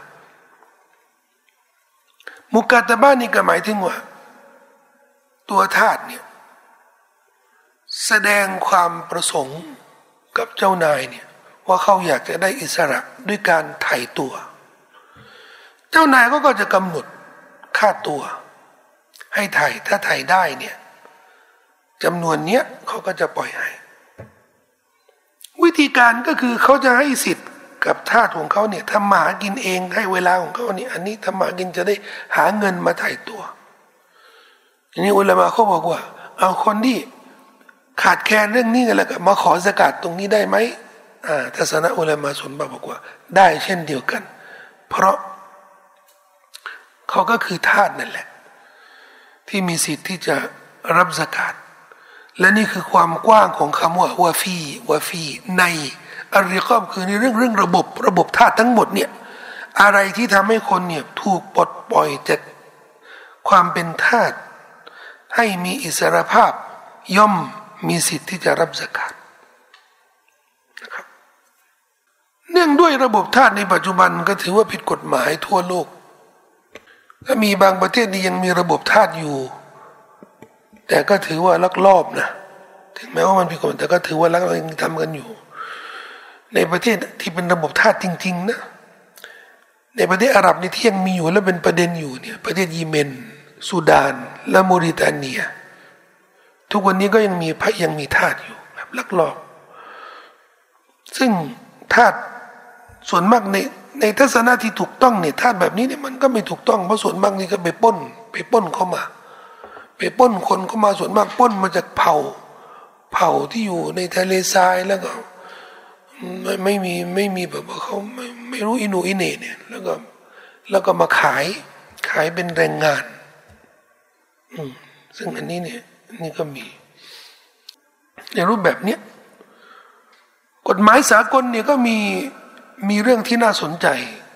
มุกาตะบะนี่ก็หมายถึงว่าตัวทาสเนี่ยแสดงความประสงค์กับเจ้านายเนี่ยว่าเขาอยากจะได้อิสระด้วยการไถ่ตัวเจ้านายก็จะกำหนดค่าตัวให้ไถ่ถ้าไถ่ได้เนี่ยจำนวนเนี้ยเขาก็จะปล่อยให้วิธีการก็คือเขาจะให้สิทธิ์กับทาสของเขาเนี่ยทำมาหากินเองให้เวลาของเขาเนี่ยอันนี้ทำมาหากินจะได้หาเงินมาไถ่ตัวอันนี้อุลามะเขาบอกว่าเอาคนที่ขาดแคลนเรื่องนี้กันแล้วก็มาขอซะกาตตรงนี้ได้ไหมทัศนะอุลามะส่วนบอกว่าได้เช่นเดียวกันเพราะเขาก็คือทาสนั่นแหละที่มีสิทธิ์ที่จะรับซะกาตและนี่คือความกว้างของคำว่าวาฟีในอริกอบคือในเรื่องระบบทาสทั้งหมดเนี่ยอะไรที่ทำให้คนเนี่ยถูกปลดปล่อยจากความเป็นทาสให้มีอิสรภาพย่อมมีสิทธิ์ที่จะรับซะกาตนะครับเนื่องด้วยระบบทาสในปัจจุบันก็ถือว่าผิดกฎหมายทั่วโลกและมีบางประเทศที่ยังมีระบบทาสอยู่แต่ก็ถือว่าลักลอบนะถึงแม้ว่ามันผิดกฎหมายแต่ก็ถือว่าลักลอบยังทำกันอยู่ในประเทศที่เป็นระบบทาสจริงๆนะในประเทศอาหรับนี่ที่ยังมีอยู่และเป็นประเด็นอยู่เนี่ยประเทศเยเมนซูดานและมอริตาเนียทุกวันนี้ก็ยังมีทาสอยู่แบบลักลอบซึ่งทาสส่วนมากในทัศนะที่ถูกต้องเนี่ยทาสแบบนี้เนี่ยมันก็ไม่ถูกต้องเพราะส่วนมากนี่ก็ไปปล้นเข้ามาไปปล้นคนเข้ามาส่วนมากปล้นมาจากเผ่าที่อยู่ในทะเลทรายแล้วก็ไม่มีแบบว่าเขาไม่รู้อินูอิเหน่เนี่ยแล้วก็มาขายเป็นแรงงานซึ่งอันนี้เนี่ยนี่ก็มีในรูปแบบเนี้ยกฎหมายสากลเนี่ยก็มีเรื่องที่น่าสนใจ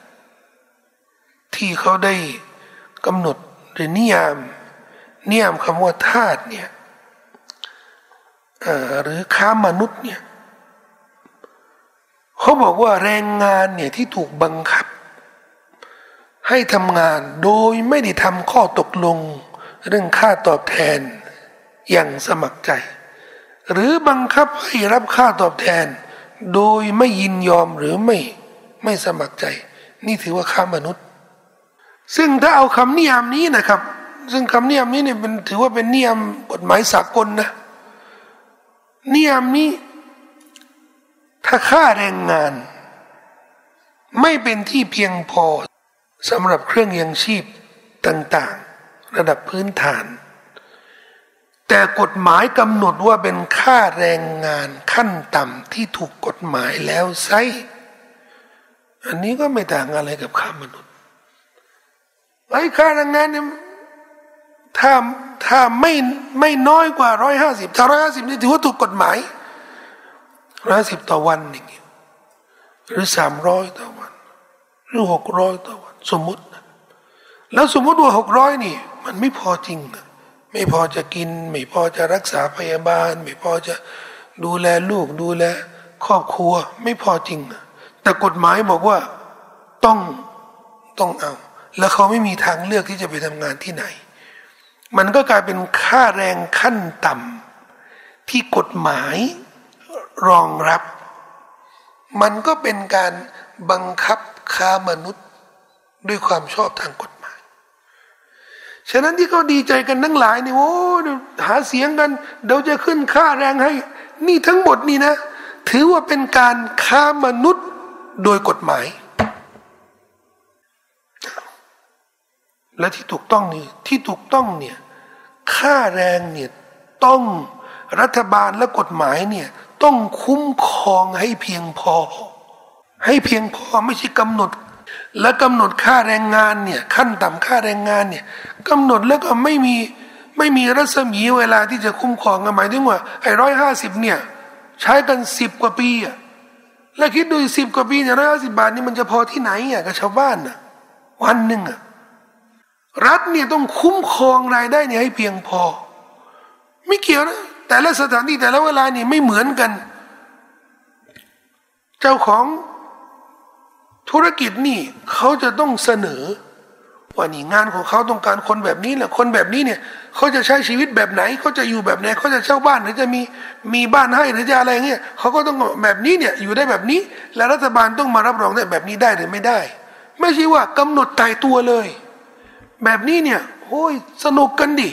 ที่เขาได้กำหนดหรือนิยามคำว่าทาสเนี่ยหรือค้ามนุษย์เนี่ยเขาบอกว่าแรงงานเนี่ยที่ถูกบังคับให้ทำงานโดยไม่ได้ทำข้อตกลงเรื่องค่าตอบแทนอย่างสมัครใจหรือบังคับให้รับค่าตอบแทนโดยไม่ยินยอมหรือไม่สมัครใจนี่ถือว่าค้ามนุษย์ซึ่งถ้าเอาคำนิยามนี้นะครับซึ่งคำนิยามนี้เนี่ยเป็นถือว่าเป็นนิยามกฎหมายสากลนะนิยามนี้ถ้าค่าแรงงานไม่เป็นที่เพียงพอสำหรับเครื่องยังชีพต่างๆระดับพื้นฐานแต่กฎหมายกำหนดว่าเป็นค่าแรงงานขั้นต่ำที่ถูกกฎหมายแล้วไซอันนี้ก็ไม่ต่างอะไรกับค้ามนุษย์ไอ้ค่าแรงงานเนี่ยถ้าไม่น้อยกว่า150ถ้า150นี่ถือว่าถูกกฎหมาย150ต่อวันอย่างเงี้ยหรือ300ต่อวันหรือ600ต่อวันสมมุตินะแล้วสมมุติว่า600นี่มันไม่พอจริงนะไม่พอจะกินไม่พอจะรักษาพยาบาลไม่พอจะดูแลลูกดูแลครอบครัวไม่พอจริงนะแต่กฎหมายบอกว่าต้องเอาแล้วเขาไม่มีทางเลือกที่จะไปทำงานที่ไหนมันก็กลายเป็นค่าแรงขั้นต่ำที่กฎหมายรองรับมันก็เป็นการบังคับค้ามนุษย์ด้วยความชอบทางกฎหมายฉะนั้นที่เขาดีใจกันทั้งหลายนี่โอ้หาเสียงกันเดี๋ยวจะขึ้นค่าแรงให้นี่ทั้งหมดนี่นะถือว่าเป็นการค้ามนุษย์โดยกฎหมายและที่ถูกต้องเนี่ยค่าแรงเนี่ยต้องรัฐบาลและกฎหมายเนี่ยต้องคุ้มครองให้เพียงพอไม่ใช่กำหนดและกำหนดค่าแรงงานเนี่ยขั้นต่ำค่าแรงงานเนี่ยกำหนดแล้วก็ไม่มีรัศมีเวลาที่จะคุ้มครองหมายถึงว่าไอ้150เนี่ยใช้กัน10 กว่าปีอ่ะแล้วคิดดู10 กว่าปีเนี่ย150 บาทนี่มันจะพอที่ไหนอ่ะกับชาวบ้านอ่ะวันหนึ่งอ่ะรัฐเนี่ยต้องคุ้มครองรายได้เนี่ยให้เพียงพอไม่เกี่ยวนะแต่ละสถานที่แต่ละเวลาเนี่ยไม่เหมือนกันเจ้าของธุรกิจนี่เขาจะต้องเสนอว่านี่งานของเขาต้องการคนแบบนี้แหละคนแบบนี้เนี่ยเขาจะใช้ชีวิตแบบไหนเขาจะอยู่แบบไหนเขาจะเช่าบ้านหรือจะมีบ้านให้หรือจะอะไรเงี้ยเขาก็ต้องแบบนี้เนี่ยอยู่ได้แบบนี้และรัฐบาลต้องมารับรองได้แบบนี้ได้หรือไม่ได้ไม่ใช่ว่ากำหนดตายตัวเลยแบบนี้เนี่ยโอ้ยสนุกกันดิ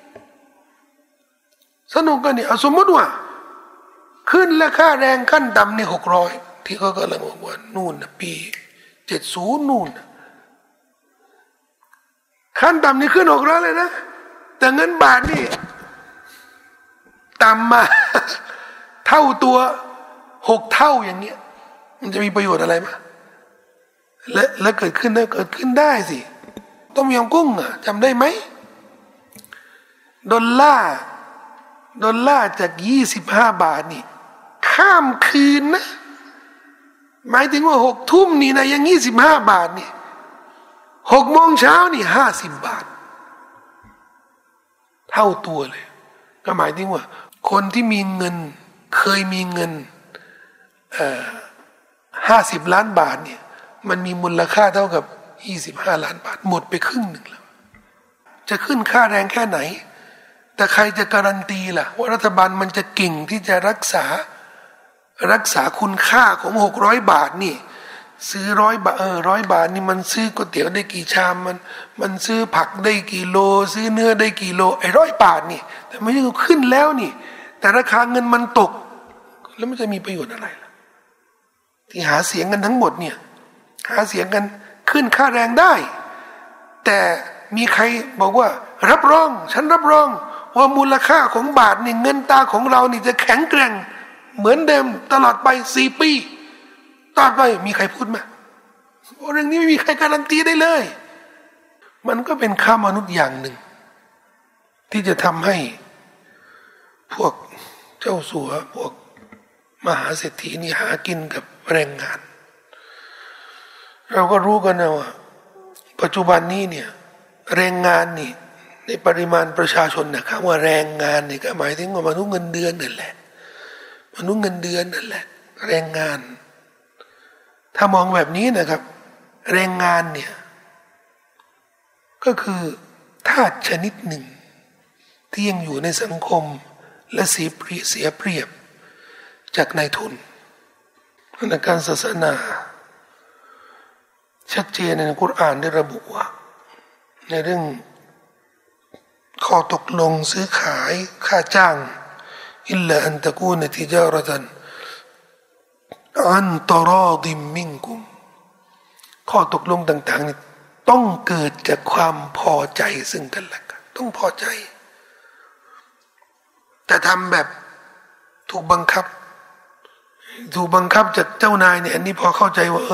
สมมติว่าขึ้นราคาแรงขั้นต่ำนี่600ที่เขากำลังบอกว่านู่นปี70นู่นขั้นต่ำนี่ขึ้น600เลยนะแต่เงินบาทนี่ต่ำมา เท่าตัว6 เท่าอย่างเงี้ยมันจะมีประโยชน์อะไรมาและเกิดขึ้นได้สิต้มยำกุ้งอ่ะจำได้ไหมดอลลาร์จาก25 บาทนี่ข้ามคืนนะหมายถึงว่า6 ทุ่มนี่นะยัง25 บาทนี่6 โมงเช้านี่50 บาทเท่าตัวเลยก็หมายถึงว่าคนที่มีเงินเคยมีเงิน50 ล้านบาทเนี่ยมันมีมูลค่าเท่ากับ25 ล้านบาทหมดไปครึ่งหนึ่งแล้วจะขึ้นค่าแรงแค่ไหนแต่ใครจะการันตีล่ะว่ารัฐบาลมันจะเก่งที่จะรักษาคุณค่าของ600 บาทนี่ซื้อ100 บาท100 บาทนี่มันซื้อก๋วยเตี๋ยวได้กี่ชามมันซื้อผักได้กี่โลซื้อเนื้อได้กี่โลไอ้100 บาทนี่แต่ไม่ใช่ขึ้นแล้วนี่แต่ราคาเงินมันตกแล้วมันจะมีประโยชน์อะไรล่ะที่หาเสียงกันทั้งหมดเนี่ยหาเสียงกันขึ้นค่าแรงได้แต่มีใครบอกว่าฉันรับรองว่ามูลค่าของบาทนี่เงินตาของเรานี่จะแข็งแกร่งเหมือนเดิมตลอดไป4 ปีต่อไปมีใครพูดไหมเรื่องนี้ไม่มีใครการันตีได้เลยมันก็เป็นค่ามนุษย์อย่างหนึ่งที่จะทำให้พวกเจ้าสัวพวกมหาเศรษฐีนี่หากินกับแรงงานเราก็รู้กันนะว่าปัจจุบันนี้เนี่ยแรงงานนี่ในปริมาณประชาชนนะคำว่าแรงงานนี่ก็หมายถึงว่ามนุษย์เงินเดือนนั่นแหละมนุษย์เงินเดือนนั่นแหละแรงงานถ้ามองแบบนี้นะครับแรงงานเนี่ยก็คือธาตุชนิดหนึ่งที่ยังอยู่ในสังคมและเสียเปรียบจากนายทุนในการศาสนาชัดเจนในกุรอานได้ระบุว่าในเรื่องข้อตกลงซื้อขายค่าจ้างอิลลาอันตะกูนติจาระตันอันตรอดิมมิงกุมข้อตกลงต่างๆนี่ต้องเกิดจากความพอใจซึ่งกันและกันต้องพอใจแต่ทำแบบถูกบังคับจากเจ้านายเนี่ยอันนี้พอเข้าใจว่า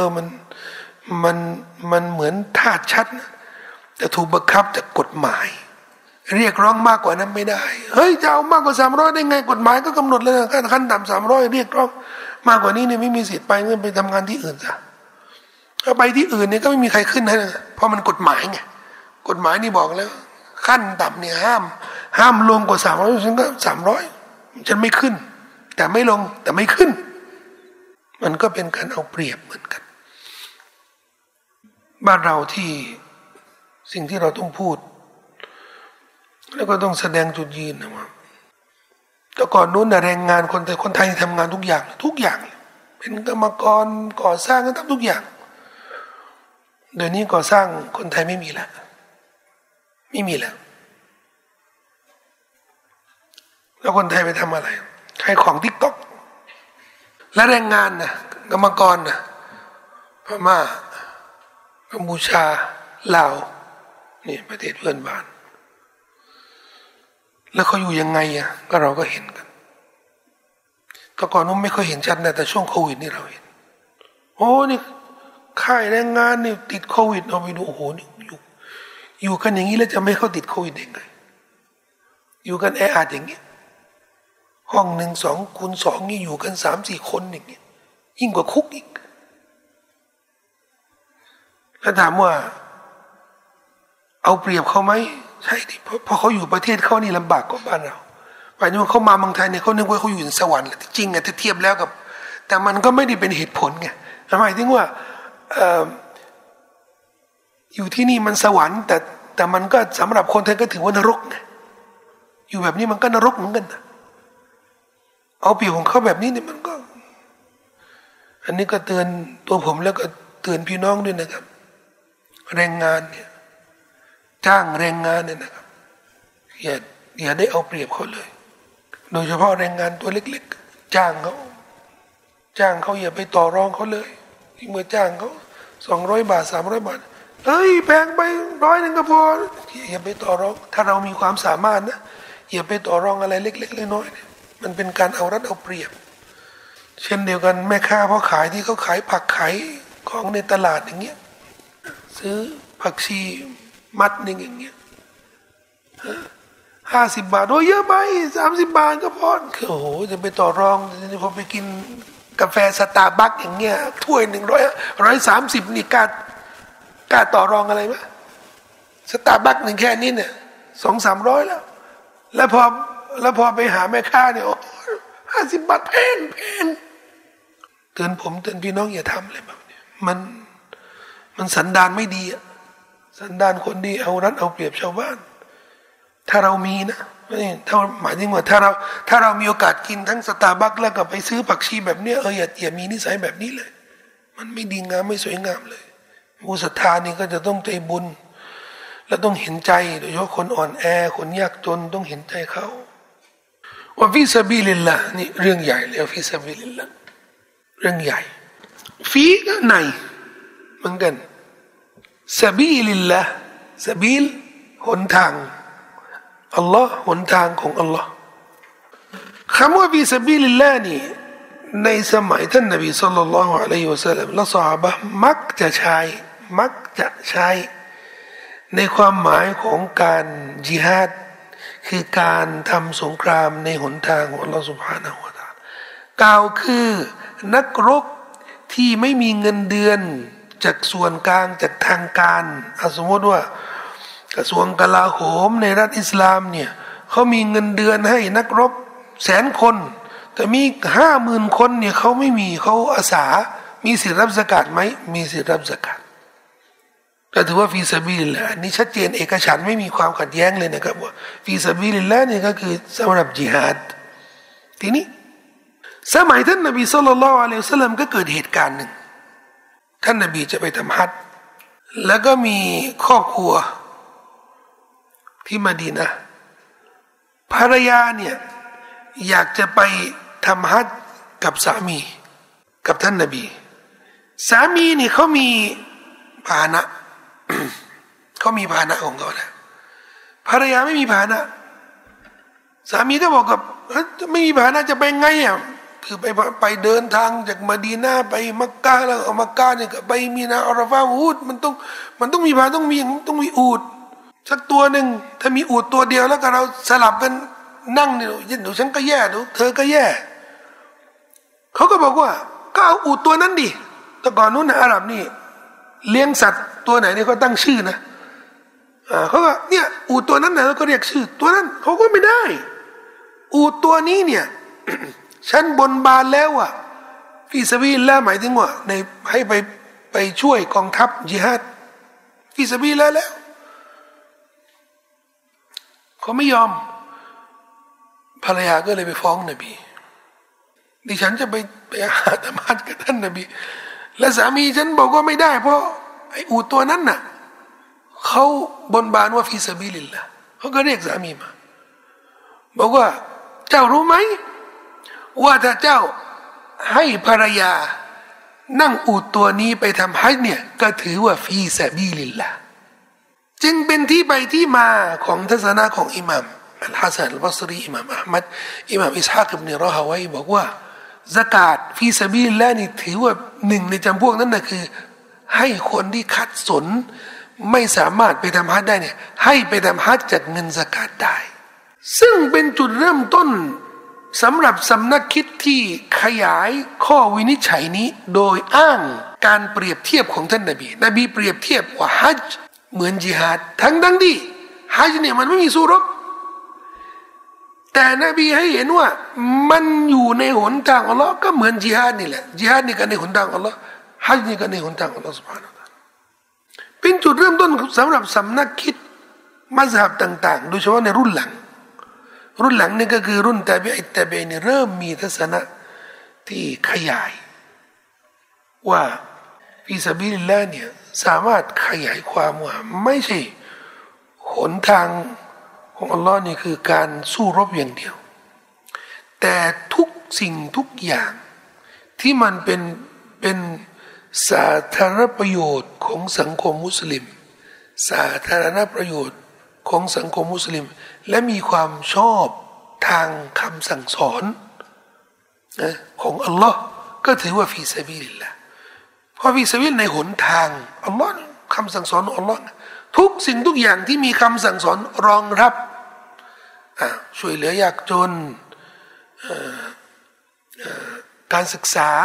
มันเหมือนทาสชัดนะแต่ถูกบังคับจากกฎหมายเรียกร้องมากกว่านั้นไม่ได้เฮ้ยจะเอามากกว่า300ได้ไงกฎหมายก็กำหนดเลยขั้นต่ำ300เรียกร้องมากกว่านี้เนี่ยไม่มีสิทธิ์ไปเงินไปทำงานที่อื่นซะถ้าไปที่อื่นเนี่ยก็ไม่มีใครขึ้นให้นะเพราะมันกฎหมายไงกฎหมายนี่บอกแล้วขั้นต่ำเนี่ยห้ามลงกว่า300ฉันก็300ฉันไม่ขึ้นแต่ไม่ลงแต่ไม่ขึ้นมันก็เป็นการเอาเปรียบเหมือนกันบ้านเราที่สิ่งที่เราต้องพูดแล้วก็ต้องแสดงจุดยืนนะว่าแต่ก่อนนู้นนะแรงงานคนไทยทำงานทุกอย่างเป็นกรรมกรก่อสร้างทำทุกอย่างเดี๋ยวนี้ก่อสร้างคนไทยไม่มีแล้วแล้วคนไทยไปทำอะไรขายของทิกตอกและแรงงานนะกรรมกรนะพม่ากัมพูชาลาวนี่ประเทศเพื่อนบ้านแล้วเขาอยู่ยังไงอ่ะก็เราก็เห็นกันแต่ก่อนนู้นไม่ค่อยเห็นชัดนะแต่ช่วงโควิดนี่เราเห็นโอ้นี่ค่ายแรงงานนี่ติดโควิดเอาไปดูโอ้โหนี่อยู่กันอย่างนี้แล้วจะไม่เข้าติดโควิดได้ไงอยู่กันแออัดอย่างเงี้ยห้องหนึ่ง2 คูณ 2นี่อยู่กัน3-4 คนอย่างเงี้ยยิ่งกว่าคุกอีกแล้วถามว่าเอาเปรียบเขาไหมใช่ดิเพราะเขาอยู่ประเทศเขานี่ลำบากกว่าบ้านเราหมายถึงว่าเขามาเมืองไทยเนี่ยเขานึกว่าเขาอยู่ในสวรรค์แหละจริงอ่ะถ้าเทียบแล้วกับแต่มันก็ไม่ได้เป็นเหตุผลไงหมายถึงว่าอยู่ที่นี่มันสวรรค์แต่มันก็สำหรับคนไทยก็ถือว่านรกไงอยู่แบบนี้มันก็นรกเหมือนกันนะเอาเปรียบของเขาแบบนี้เนี่ยมันก็อันนี้ก็เตือนตัวผมแล้วก็เตือนพี่น้องด้วยนะครับแรงงานเนี่ยจ้างแรงงานเนี่ยนะครับอย่าได้เอาเปรียบเขาเลยโดยเฉพาะแรงงานตัวเล็กๆจ้างเขาอย่าไปต่อรองเขาเลยเมื่อจ้างเขา200 บาท300 บาทเฮ้ยแพงไป100ก็พออย่าไปต่อรองถ้าเรามีความสามารถนะอย่าไปต่อรองอะไรเล็กๆน้อยๆมันเป็นการเอารัดเอาเปรียบเช่นเดียวกันแม่ค้าพ่อขายที่เขาขายผักขายของในตลาดอย่างเงี้ยซื้อผักชีมัดหนึ่งอย่างเงี้ย50 บาทโอ้เยอะไป30 บาทก็พอคือโอ้โหจะไปต่อรองพอไปกินกาแฟสตาร์บัคอย่างเงี้ยถ้วย130นี่กล้าต่อรองอะไรไหมสตาร์บัคหนึ่งแค่นี้เนี่ย200-300แล้วพอไปหาแม่ค้าเนี่ย50 บาทแพงเตือนพี่น้องอย่าทำเลยแบบนี้มันสันดานไม่ดีอะสันดานคนดีเอารัดเอาเปรียบชาวบ้านถ้าเรามีนะนี่ถ้าหมายถึงว่าถ้าเรามีโอกาสกินทั้งสตาร์บัคแล้วก็ไปซื้อผักชีแบบเนี้ยอย่ามีนิสัยแบบนี้เลยมันไม่ดีงามไม่สวยงามเลยผู้ศรัทธานี่ก็จะต้องใจบุญและต้องเห็นใจโดยเฉพาะคนอ่อนแอคนยากจนต้องเห็นใจเขาว่าฟิซาบิลิลละนี่เรื่องใหญ่เลยฟิซาบิลิลละเรื่องใหญ่ฟีก็ในเหมือนกันซาบิลิลละซาบิลหนทางอัลลอฮ์หนทางของอัลลอฮ์คำว่าฟิซาบิลิลละนี่ในสมัยท่านนบีศ็อลลัลลอฮุอะลัยฮิวะซัลลัมและซอฮาบะห์มักจะใช้ในความหมายของการญิฮาดคือการทำสงครามในหนทางของอัลลอฮฺซุบฮานะฮูวะตะอาลากล่าวคือนักรบที่ไม่มีเงินเดือนจากส่วนกลางจากทางการสมมติว่ากระทรวงกลาโหมในรัฐอิสลามเนี่ยเขามีเงินเดือนให้นักรบ100,000 คนแต่มี50,000 คนเนี่ยเขาไม่มีเขาอาสามีสิทธิรับซะกาตไหมมีสิทธิรับซะกาตก็ถือว่าฟีซาบิลิลละอันนี้ชัดเจนเอกฉันท์ไม่มีความขัดแย้งเลยนะครับว่าฟีซาบิลิลละนี่ก็คือสำหรับญิฮาดทีนี้สมัยท่านนบีศ็อลลัลลอฮุอะลัยฮิวะซัลลัมก็เกิดเหตุการณ์หนึ่งท่านนบีจะไปทำฮัจญ์แล้วก็มีครอบครัวที่มะดีนะห์ภรรยาเนี่ยอยากจะไปทำฮัจญ์กับสามีกับท่านนบีสามีนี่เขามีพาหนะเขามีพาหนะของเขานะภรรยาไม่มีพาหนะสามีก็บอกกับไม่มีพาหนะจะไปไงอ่ะคือไปเดินทางจากมะดีนะห์ไปมักกะแล้วมักกะเนี่ยก็ไปมีนาอาราฟาอูดมันต้องมีพาต้องมีอูดสักตัวหนึ่งถ้ามีอูดตัวเดียวแล้วก็เราสลับกันนั่งเนี่ยเดี๋ยวฉันก็แย่เดี๋ยวเธอก็แย่เขาก็บอกว่าก็เอาอูดตัวนั้นดิแต่ก่อนนู้นนะอาหรับนี่เลี้ยงสัตว์ตัวไหนเนี่ยเขาตั้งชื่อนะเขาก็เนี่ยอูดตัวนั้นนะแล้วก็เรียกชื่อตัวนั้นเขาก็ไม่ได้อูดตัวนี้เนี่ย ฉันบนบานแล้วอ่ะฟิซาบิลละหมายถึงว่าในให้ไปช่วยกองทัพญิฮาดฟิซาบิลละแล้วเขาไม่ยอมภรรยาก็เลยไปฟ้องนบีดิฉันจะไปหาธรรมะกับท่านนบีและสามีฉันบอกว่าไม่ได้เพราะไอ้อูฐตัวนั้นน่ะเขาบนบานว่าฟีซาบิลิลละเขาก็เรียกสามีมาบอกว่าเจ้ารู้ไหมว่าถ้าเจ้าให้ภรรยานั่งอูฐตัวนี้ไปทำฮัจญ์เนี่ยก็ถือว่าฟีซาบิลิลละจึงเป็นที่ไปที่มาของทัศนะของอิหม่ามอัลฮัสซันอัลบัศรีอิหม่ามอะห์มัดอิหม่ามอิสฮากอิบนุรอฮาวัยบอกว่าซะกาตฟีซาบิลิลละนี่ถือว่าหนึ่งในจำพวกนั้นนะคือให้คนที่ขัดสนไม่สามารถไปทำฮัจญ์ได้เนี่ยให้ไปทำฮัจญ์จากเงินซะกาตได้ซึ่งเป็นจุดเริ่มต้นสำหรับสำนักคิดที่ขยายข้อวินิจฉัยนี้โดยอ้างการเปรียบเทียบของท่านนบีเปรียบเทียบว่าฮัจญ์เหมือนญิฮาดทั้งที่ฮัจญ์เนี่ยมันไม่มีสู้รบแต่นบีให้เห็นว่ามันอยู่ในหนทางอัลลอฮ์ก็เหมือนญิฮาดนี่แหละญิฮาดนี่ก็ในหนทางอัลลอฮ์ฮัจญ์นี่ก็ในหนทางอัลลอฮ์ซุบฮานะฮูวะตะอาลาเป็นจุดเริ่มต้นสำหรับสำนักคิดมัซฮับต่างๆโดยเฉพาะในรุ่นหลังนี่ก็คือรุ่นตาบีอิตตาบีนี่เริ่มมีทัศนะที่ขยายว่าฟีซาบิลิลลาห์เนี่ยสามารถขยายความว่าไม่ใช่หนทางของอัลลอฮ์นี่คือการสู้รบอย่างเดียวแต่ทุกสิ่งทุกอย่างที่มันเป็นสาธารณประโยชน์ของสังคมมุสลิมสาธารณประโยชน์ของสังคมมุสลิมและมีความชอบทางคำสั่งสอนนะของอัลลอฮ์ก็ถือว่าฟีซาบิลิลลาห์เพราะฟีซาบิลในหนทางอัลลอฮ์คำสั่งสอนของอัลลอฮ์ทุกสิ่งทุกอย่างที่มีคำสั่งสอนรองรับช่วยเหลือยากจนการศึกษา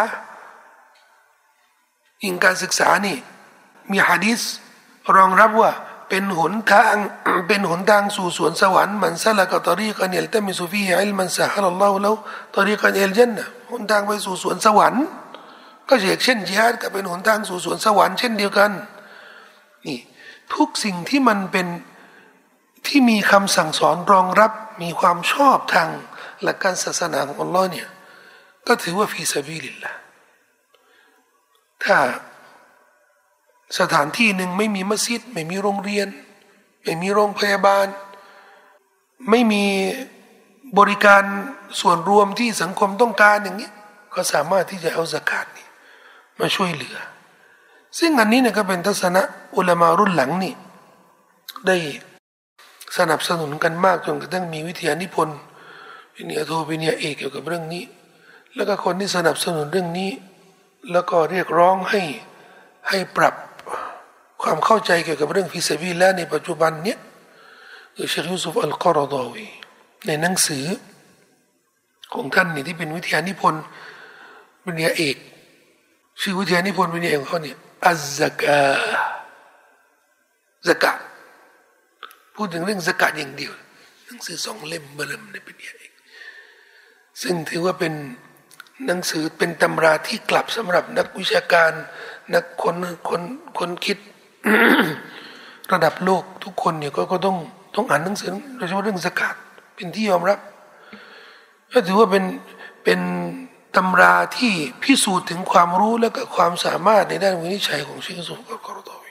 ยิ่งการศึกษานี่มีหะดีษรองรับว่าเป็นหนทางสู่สวนสวรรค์มันซะละกะตอรีกันยัลตะมิซุฟีฮิอิลมันซะฮะลัลลอฮุละฮูตอรีกันอิลญันนะห์หนทางไปสู่สวนสวรรค์ก็เช่นญิฮาดก็เป็นหนทางสู่สวนสวรรค์เช่นเดียวกันนี่ทุกสิ่งที่มันเป็นที่มีคำสั่งสอนรองรับมีความชอบทางหลักการศาสนาของอัลลอฮ์เนี่ยก็ถือว่าฟีซาบิลิลลาห์ถ้าสถานที่หนึ่งไม่มีมัสยิดไม่มีโรงเรียนไม่มีโรงพยาบาลไม่มีบริการส่วนรวมที่สังคมต้องการอย่างนี้ก็สามารถที่จะเอาซะกาตนี้มาช่วยเหลือซึ่งอันนี้เนี่ยก็เป็นทัศนะอุลามะรุ่นหลังนี่ได้สนับสนุนกันมากจนกระทั่งมีวิทยานิพนธ์ปริญญาโทปริญญาเอกเกี่ยวกับเรื่องนี้แล้วก็คนที่สนับสนุนเรื่องนี้แล้วก็เรียกร้องให้ปรับความเข้าใจเกี่ยวกับเรื่องฟิซาบิลละในปัจจุบันเนี้ยคือเชคยูซุฟอัลกอรอฎอวีในหนังสือของท่านนี่ที่เป็นวิทยานิพนธ์ปริญญาเอกชื่อวิทยานิพนธ์ปริญญาเอกของเขาเนี่ยอัซซะกาซะกาตพูดถึงเรื่องซะกาตอย่างเดียวหนังสือ2 เล่มเบิ่มในปริญญาเอกซึ่งถือว่าเป็นหนังสือเป็นตำราที่กลับสำหรับนักวิชาการนักคนคิด ระดับโลกทุกคนเนี่ยก็ต้องอ่านหนังสือโดยเฉพาะเรื่องซะกาตเป็นที่ยอมรับก็ถือว่าเป็นตำราที่พิสูจน์ถึงความรู้และก็ความสามารถในด้านวินิจฉัยของเชคยูซุฟอัลกอรอฎอวี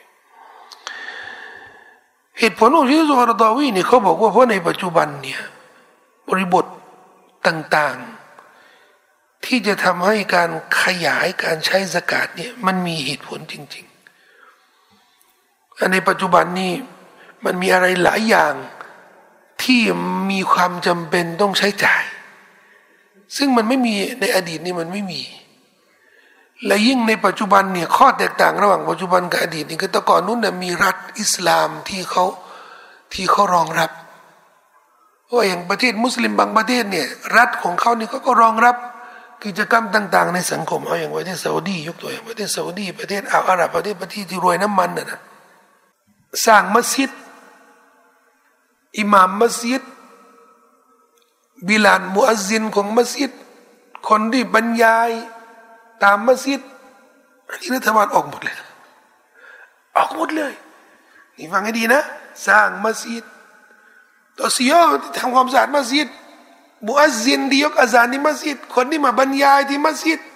เหตุผลของเชคยูซุฟอัลกอรอฎอวีเนี่ยเขาบอกว่าเพราะในปัจจุบันเนี่ยบริบทต่างๆที่จะทำให้การขยายการใช้ซะกาตเนี่ยมันมีเหตุผลจริงๆในปัจจุบันนี้มันมีอะไรหลายอย่างที่มีความจำเป็นต้องใช้จ่ายซึ่งมันไม่มีในอดีตนี่มันไม่มีและยิ่งในปัจจุบันเนี่ยข้อแตกต่างระหว่างปัจจุบันกับอดีตนี่คือแต่ก่อนนู้นเนี่ยมีรัฐอิสลามที่เขารองรับว่าอย่างประเทศมุสลิมบางประเทศเนี่ยรัฐของเขานี่ก็รองรับกิจกรรมต่างๆในสังคมเอาอย่างประเทศซาอุดียกตัวอย่างประเทศซาอุดีประเทศอาหรับประเทศที่รวยน้ำมันนะสร้างมัสยิดอิหม่ามมัสยิดบิลาลมุอัซซินของมัสยิดคนที่บรรยายตามมัสยิดอันนี้รัฐบาลออกหมดเลยออกหมดเลยนี่ฟังให้ดีนะสร้างมัสยิดต่อซีโอทำความสะอาดมัสยิดมุอัซซินที่ยกอาซานที่มัสยิดคนที่มาบรรยายที่มัสยิด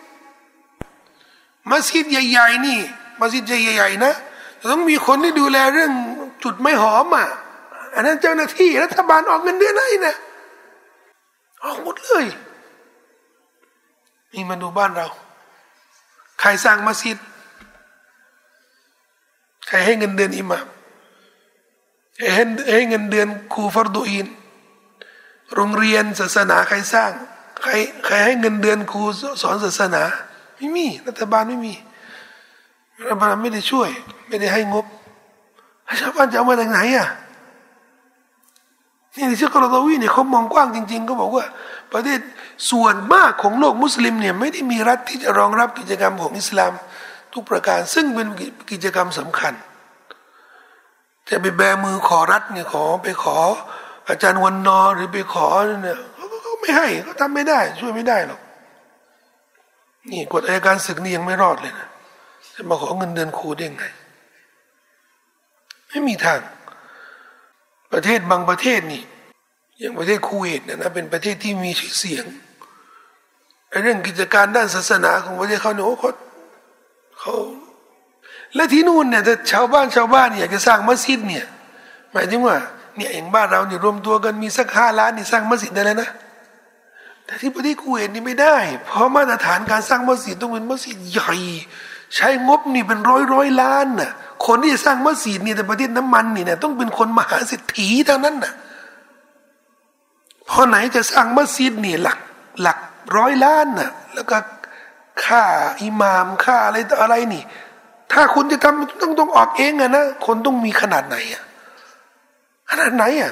ใหญ่ๆนี่มัสยิดใหญ่ๆนะต้องมีคนที่ดูแลเรื่องจุดไม่หอมอ่ะอันนั้นเจ้าหน้าที่รัฐบาลออกเงินเดือนให้นะออกหมดเลยนี่มาดูบ้านเราใครสร้างมัสยิดใครให้เงินเดือนอิหม่ามให้เงินเดือนครูฟัรดูอินโรงเรียนศาสนาใครสร้างใครให้เงินเดือนครูสอนศาสนาไม่มีรัฐบาลไม่มีรัฐบาลไม่ได้ช่วยไม่ได้ให้งบชาวบ้านจะเอามาจากไหนอ่ะนี่ที่เชคกรอฎอวีเนี่ยเขามองกว้างจริงๆเขาบอกว่าประเทศส่วนมากของโลกมุสลิมเนี่ยไม่ได้มีรัฐที่จะรองรับกิจกรรมของอิสลามทุกประการซึ่งเป็นกิจกรรมสำคัญจะไปแบมือขอรัฐเนี่ยขออาจารย์วันนอหรือไปขอเนี่ยเขาไม่ให้เขาทำไม่ได้ช่วยไม่ได้หรอกนี่กฎอัยการศึกนี่ยังไม่รอดเลยนะจะมาขอเงินเดือนครูได้ไงไม่มีทางประเทศบางประเทศนี่อย่างประเทศคูเวตเนี่ยนะเป็นประเทศที่มีชื่อเสียงเรื่องกิจการด้านศาสนาของประเทศเขาเนี่ยเขาและที่นู่นเนี่ยถ้าชาวบ้านอยากจะสร้างมัสยิดเนี่ยหมายถึงว่าเนี่ยอย่างบ้านเราเนี่ยรวมตัวกันมีสัก5 ล้านนี่สร้างมัสยิดได้แล้วนะแต่ที่ประเทศคูเวตนี่ไม่ได้เพราะมาตรฐานการสร้างมัสยิดต้องเป็นมัสยิดใหญ่ใช้งบนี่เป็นร้อยล้านน่ะคนที่จะสร้างมัสยิดนี่แต่ประเทศน้ำมันนี่เนี่ยต้องเป็นคนมหาเศรษฐีทั้งนั้นน่ะพอไหนจะสร้างมัสยิดนี่หลัก100 ล้านน่ะแล้วก็ค่าอิหม่ามค่าอะไรต่ออะไรนี่ถ้าคุณจะทำต้องออกเองอะนะคนต้องมีขนาดไหนอะขนาดไหนอะ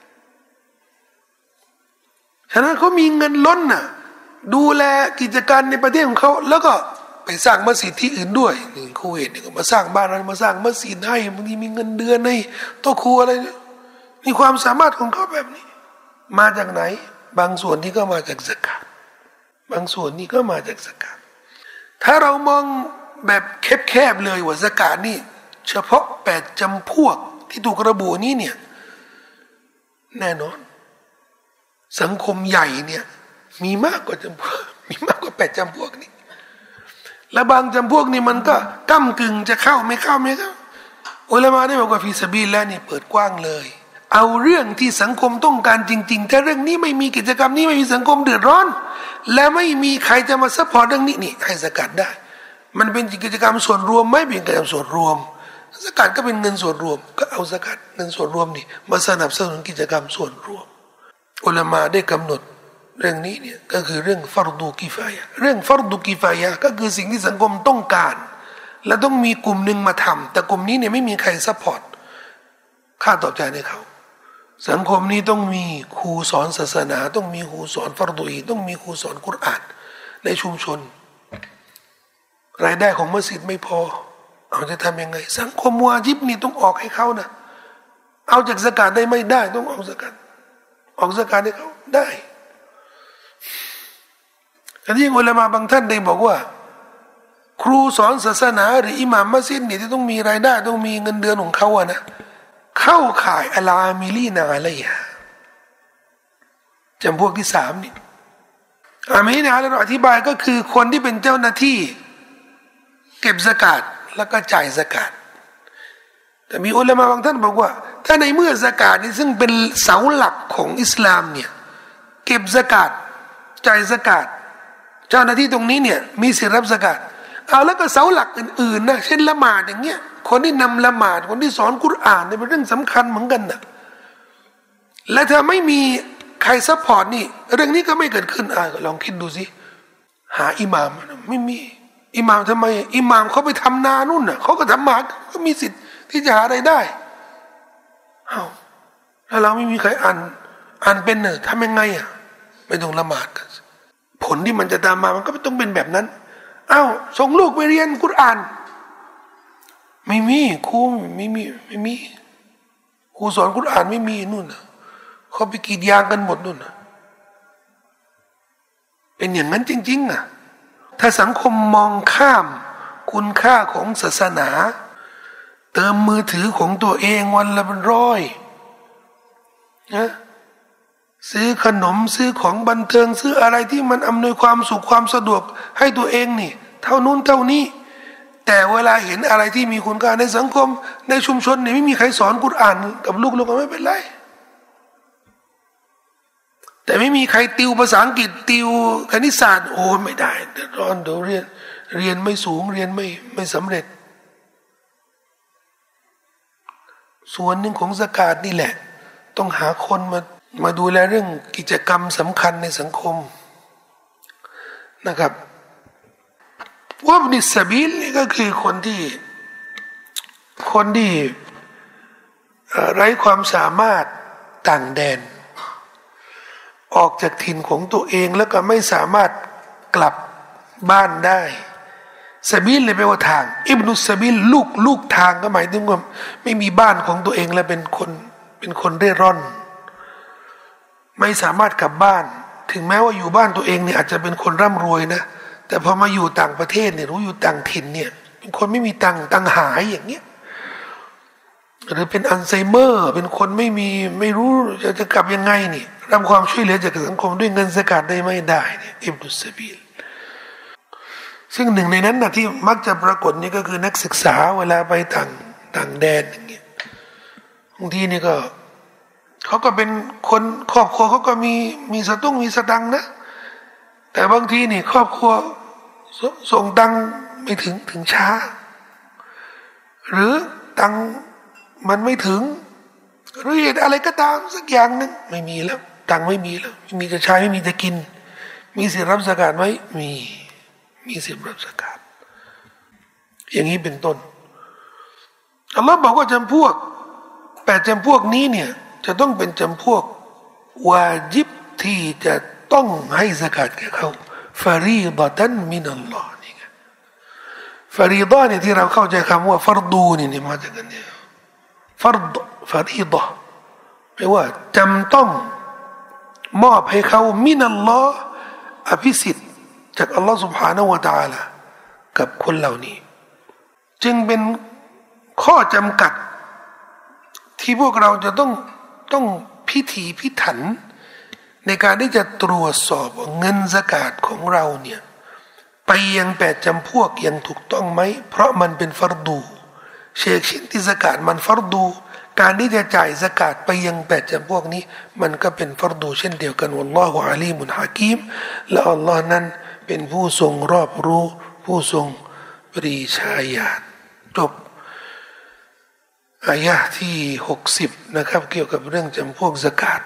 ฉะนั้นเขามีเงินล้นน่ะดูแลกิจการในประเทศของเขาแล้วก็ไปสร้างมัสยิดที่อื่นด้วยนี่คูเวตนี่ก็มาสร้างบ้านนั้นมาสร้างมัสยิดให้บางทีมีเงินเดือนให้โต๊ะครัวอะไรนี่ความสามารถของเขาแบบนี้มาจากไหนบางส่วนที่ก็มาจากซะกาตบางส่วนนี่ก็มาจากซะกาตถ้าเรามองแบบแคบๆเลยว่าซะกาตนี่เฉพาะ8 จำพวกที่ถูกระบุนี้เนี่ยแน่นอนสังคมใหญ่เนี่ยมีมากกว่า8 จำพวกนี้และบางจำพวกนี้มันก็ก้ำกึ่งจะเข้าไม่เข้าอุลามะได้บอกว่าฟีซะบีลลาฮ์นี่เปิดกว้างเลยเอาเรื่องที่สังคมต้องการจริงๆถ้าเรื่องนี้ไม่มีกิจกรรมนี้ไม่มีสังคมเดือดร้อนและไม่มีใครจะมาซัพพอร์ตเรื่องนี้นี่ให้ซะกาตได้มันเป็นกิจกรรมส่วนรวมไม่เป็นกิจกรรมส่วนรวมซะกาตก็เป็นเงินส่วนรวมก็เอาซะกาตเงินส่วนรวมนี่มาสนับสนุนกิจกรรมส่วนรวมอุลามะได้กำหนดเรื่องนี้เนี่ยก็คือเรื่องฟัรดูกิฟายะเรื่องฟัรดูกิฟายะก็คือสิ่งที่สังคมต้องการและต้องมีกลุ่มหนึ่งมาทำแต่กลุ่มนี้เนี่ยไม่มีใครซัพพอร์ตค่าตอบแทนให้เขาสังคมนี้ต้องมีครูสอนศาสนาต้องมีครูสอนฟัรดูอีต้องมีครูสอนกุรอานในชุมชนรายได้ของมัสยิดไม่พอเอาจะทำยังไงสังคมวาญิบนี่ต้องออกให้เขานะเอาจากซะกาตได้ไม่ได้ต้องออกซะกาตให้เขาได้แต่ที่อุลามะบางท่านได้บอกว่าครูสอนศาสนาหรืออิหม่ามมัสยิดนี่ที่ต้องมีรายได้ต้องมีเงินเดือนของเขาอะนะเข้าข่ายอัลอามิลีนาอะลัยฮะจำพวกที่3นี่อามิลีนาเราอธิบายก็คือคนที่เป็นเจ้าหน้าที่เก็บซะกาตแล้วก็จ่ายซะกาตแต่มีอุลามะบางท่านบอกว่าถ้าในเมื่อซะกาตนี่ซึ่งเป็นเสาหลักของอิสลามเนี่ยเก็บซะกาตจ่ายซะกาตเจ้าหน้าที่ตรงนี้เนี่ยมีสิทธิ์รับซะกาตเอาแล้วก็เสาหลักอื่นๆนะเช่นละหมาดอย่างเงี้ยคนที่นำละหมาดคนที่สอนกุรอานเนี่ยเป็นเรื่องสำคัญเหมือนกันนะและถ้าไม่มีใครซัพพอร์ตนี่เรื่องนี้ก็ไม่เกิดขึ้นลองคิดดูสิหาอิหม่ามไม่มีอิหม่ามทำไมอิหม่ามเขาไปทำนานู่นน่ะเขาก็ทำมาก็มีสิทธิ์ที่จะหาอะไรได้ถ้าเราไม่มีใครอ่านเป็นเนี่ยทำยังไงไม่ต้องละหมาดกันผลที่มันจะตามมามันก็ต้องเป็นแบบนั้นส่งลูกไปเรียนกุรอานไม่มีครูไม่มีครูสอนกุรอานไม่มีนู่นน่ะเขาไปกรีดยางกันหมดนู่นน่ะเป็นอย่างนั้นจริงๆถ้าสังคมมองข้ามคุณค่าของศาสนาเติมมือถือของตัวเองวันละเป็น100นะซื้อขนมซื้อของบันเทิงซื้ออะไรที่มันอำนวยความสุขความสะดวกให้ตัวเองนี่เท่านู้นเท่านี้แต่เวลาเห็นอะไรที่มีคุณค่าในสังคมในชุมชนนี่ไม่มีใครสอนกุรอานกับลูกๆก็ไม่เป็นไรแต่ไม่มีใครติวภาษาอังกฤษติวคณิตศาสตร์โอ้ไม่ได้เดือดร้อนเดี๋ยวเรียนไม่สูงเรียนไม่สำเร็จส่วนหนึ่งของซะกาตนี่แหละต้องหาคนมาดูแลเรื่องกิจกรรมสำคัญในสังคมนะครับว่าบิสบิลนี่ก็คือคนที่ไร้ความสามารถต่างแดนออกจากถิ่นของตัวเองแล้วก็ไม่สามารถกลับบ้านได้ซาบิลเลยแปลว่าทางอิบนุสซาบิลลูกทางก็หมายถึงว่าไม่มีบ้านของตัวเองและเป็นคนเร่ร่อนไม่สามารถกลับบ้านถึงแม้ว่าอยู่บ้านตัวเองเนี่ยอาจจะเป็นคนร่ำรวยนะแต่พอมาอยู่ต่างประเทศเนี่ยรู้อยู่ต่างถิ่นเนี่ยเป็นคนไม่มีตังหายอย่างเงี้ยหรือเป็นอัลไซเมอร์เป็นคนไม่รู้จะกลับยังไงนี่รับความช่วยเหลือจากสังคมด้วยเงินสกัดได้ไม่ได้เนี่ยอิบนุสซาบิลซึ่งหนึ่งในนั้นนะที่มักจะปรากฏนี่ก็คือนักศึกษาเวลาไปต่างแดนอย่างเงี้ยบางทีนี่ก็เขาก็เป็นคนครอบครัวเขาก็มีสตุ้งมีสตังค์นะแต่บางทีนี่ครอบครัวส่งตังค์ไม่ถึงช้าหรือตังค์มันไม่ถึงหรือเหตุอะไรก็ตามสักอย่างนึงไม่มีแล้วตังค์ไม่มีแล้วไม่มีจะใช้ไม่มีจะกินมีสิทธิ์รับซะกาตไหมมีสิทธิ์รับซะกาตอย่างนี้เป็นต้นอัลลอฮ์บอกว่าจำพวก8จำพวกนี้เนี่ยจะต้องเป็นจำพวกวาญิบที่จะต้องให้ซะกาตแก่เขาฟารีฎะตันมินัลลอฮ์นี่ไงฟารีฎะเนี่ยที่เราเข้าใจคำว่าฟัรดูนี่มาจากกันเนี่ยฟารีฎะแปลว่าจำต้องมอบให้เขามินัลลอฮ์อภิสิทธิ์จากอัลลอฮ์ سبحانه และ تعالى กับคนเหล่านี้จึงเป็นข้อจำกัดที่พวกเราจะต้องพิถีพิถันในการที่จะตรวจสอบเงินซะกาตของเราเนี่ยไปยัง8จำพวกยังถูกต้องไหมเพราะมันเป็นฟัรดูเชกชิ้นที่ซะกาตมันฟัรดูการที่จะจ่ายซะกาตไปยัง8จำพวกนี้มันก็เป็นฟัรดูเช่นเดียวกันวัลลอฮุอะลีมุนฮะกีมและอัลลอฮ์นั้นเป็นผู้ทรงรอบรู้ผู้ทรงปรีชาญาณจบอายะห์ที่60นะครับเกี่ยวกับเรื่องจำพวกซะกาต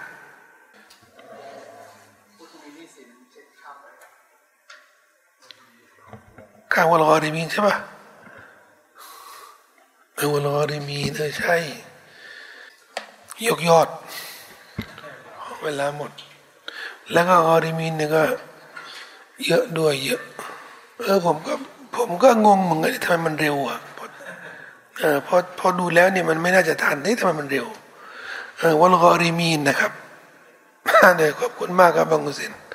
ข้าวลอริมีนใช่ปะวลอริมีนใช่ยกยอดเวลาหมดแล้วก็ออริมีนเนี่ยก็เยอะด้วยเยอะผมก็งงเหมือนกันทำไมมันเร็วอ่ะพอดูแล้วเนี่ยมันไม่น่าจะทันนี่ทำไมมันเร็ววลอริมีนนะครับเดี๋ยวขอบคุณมากครับบังกุเซน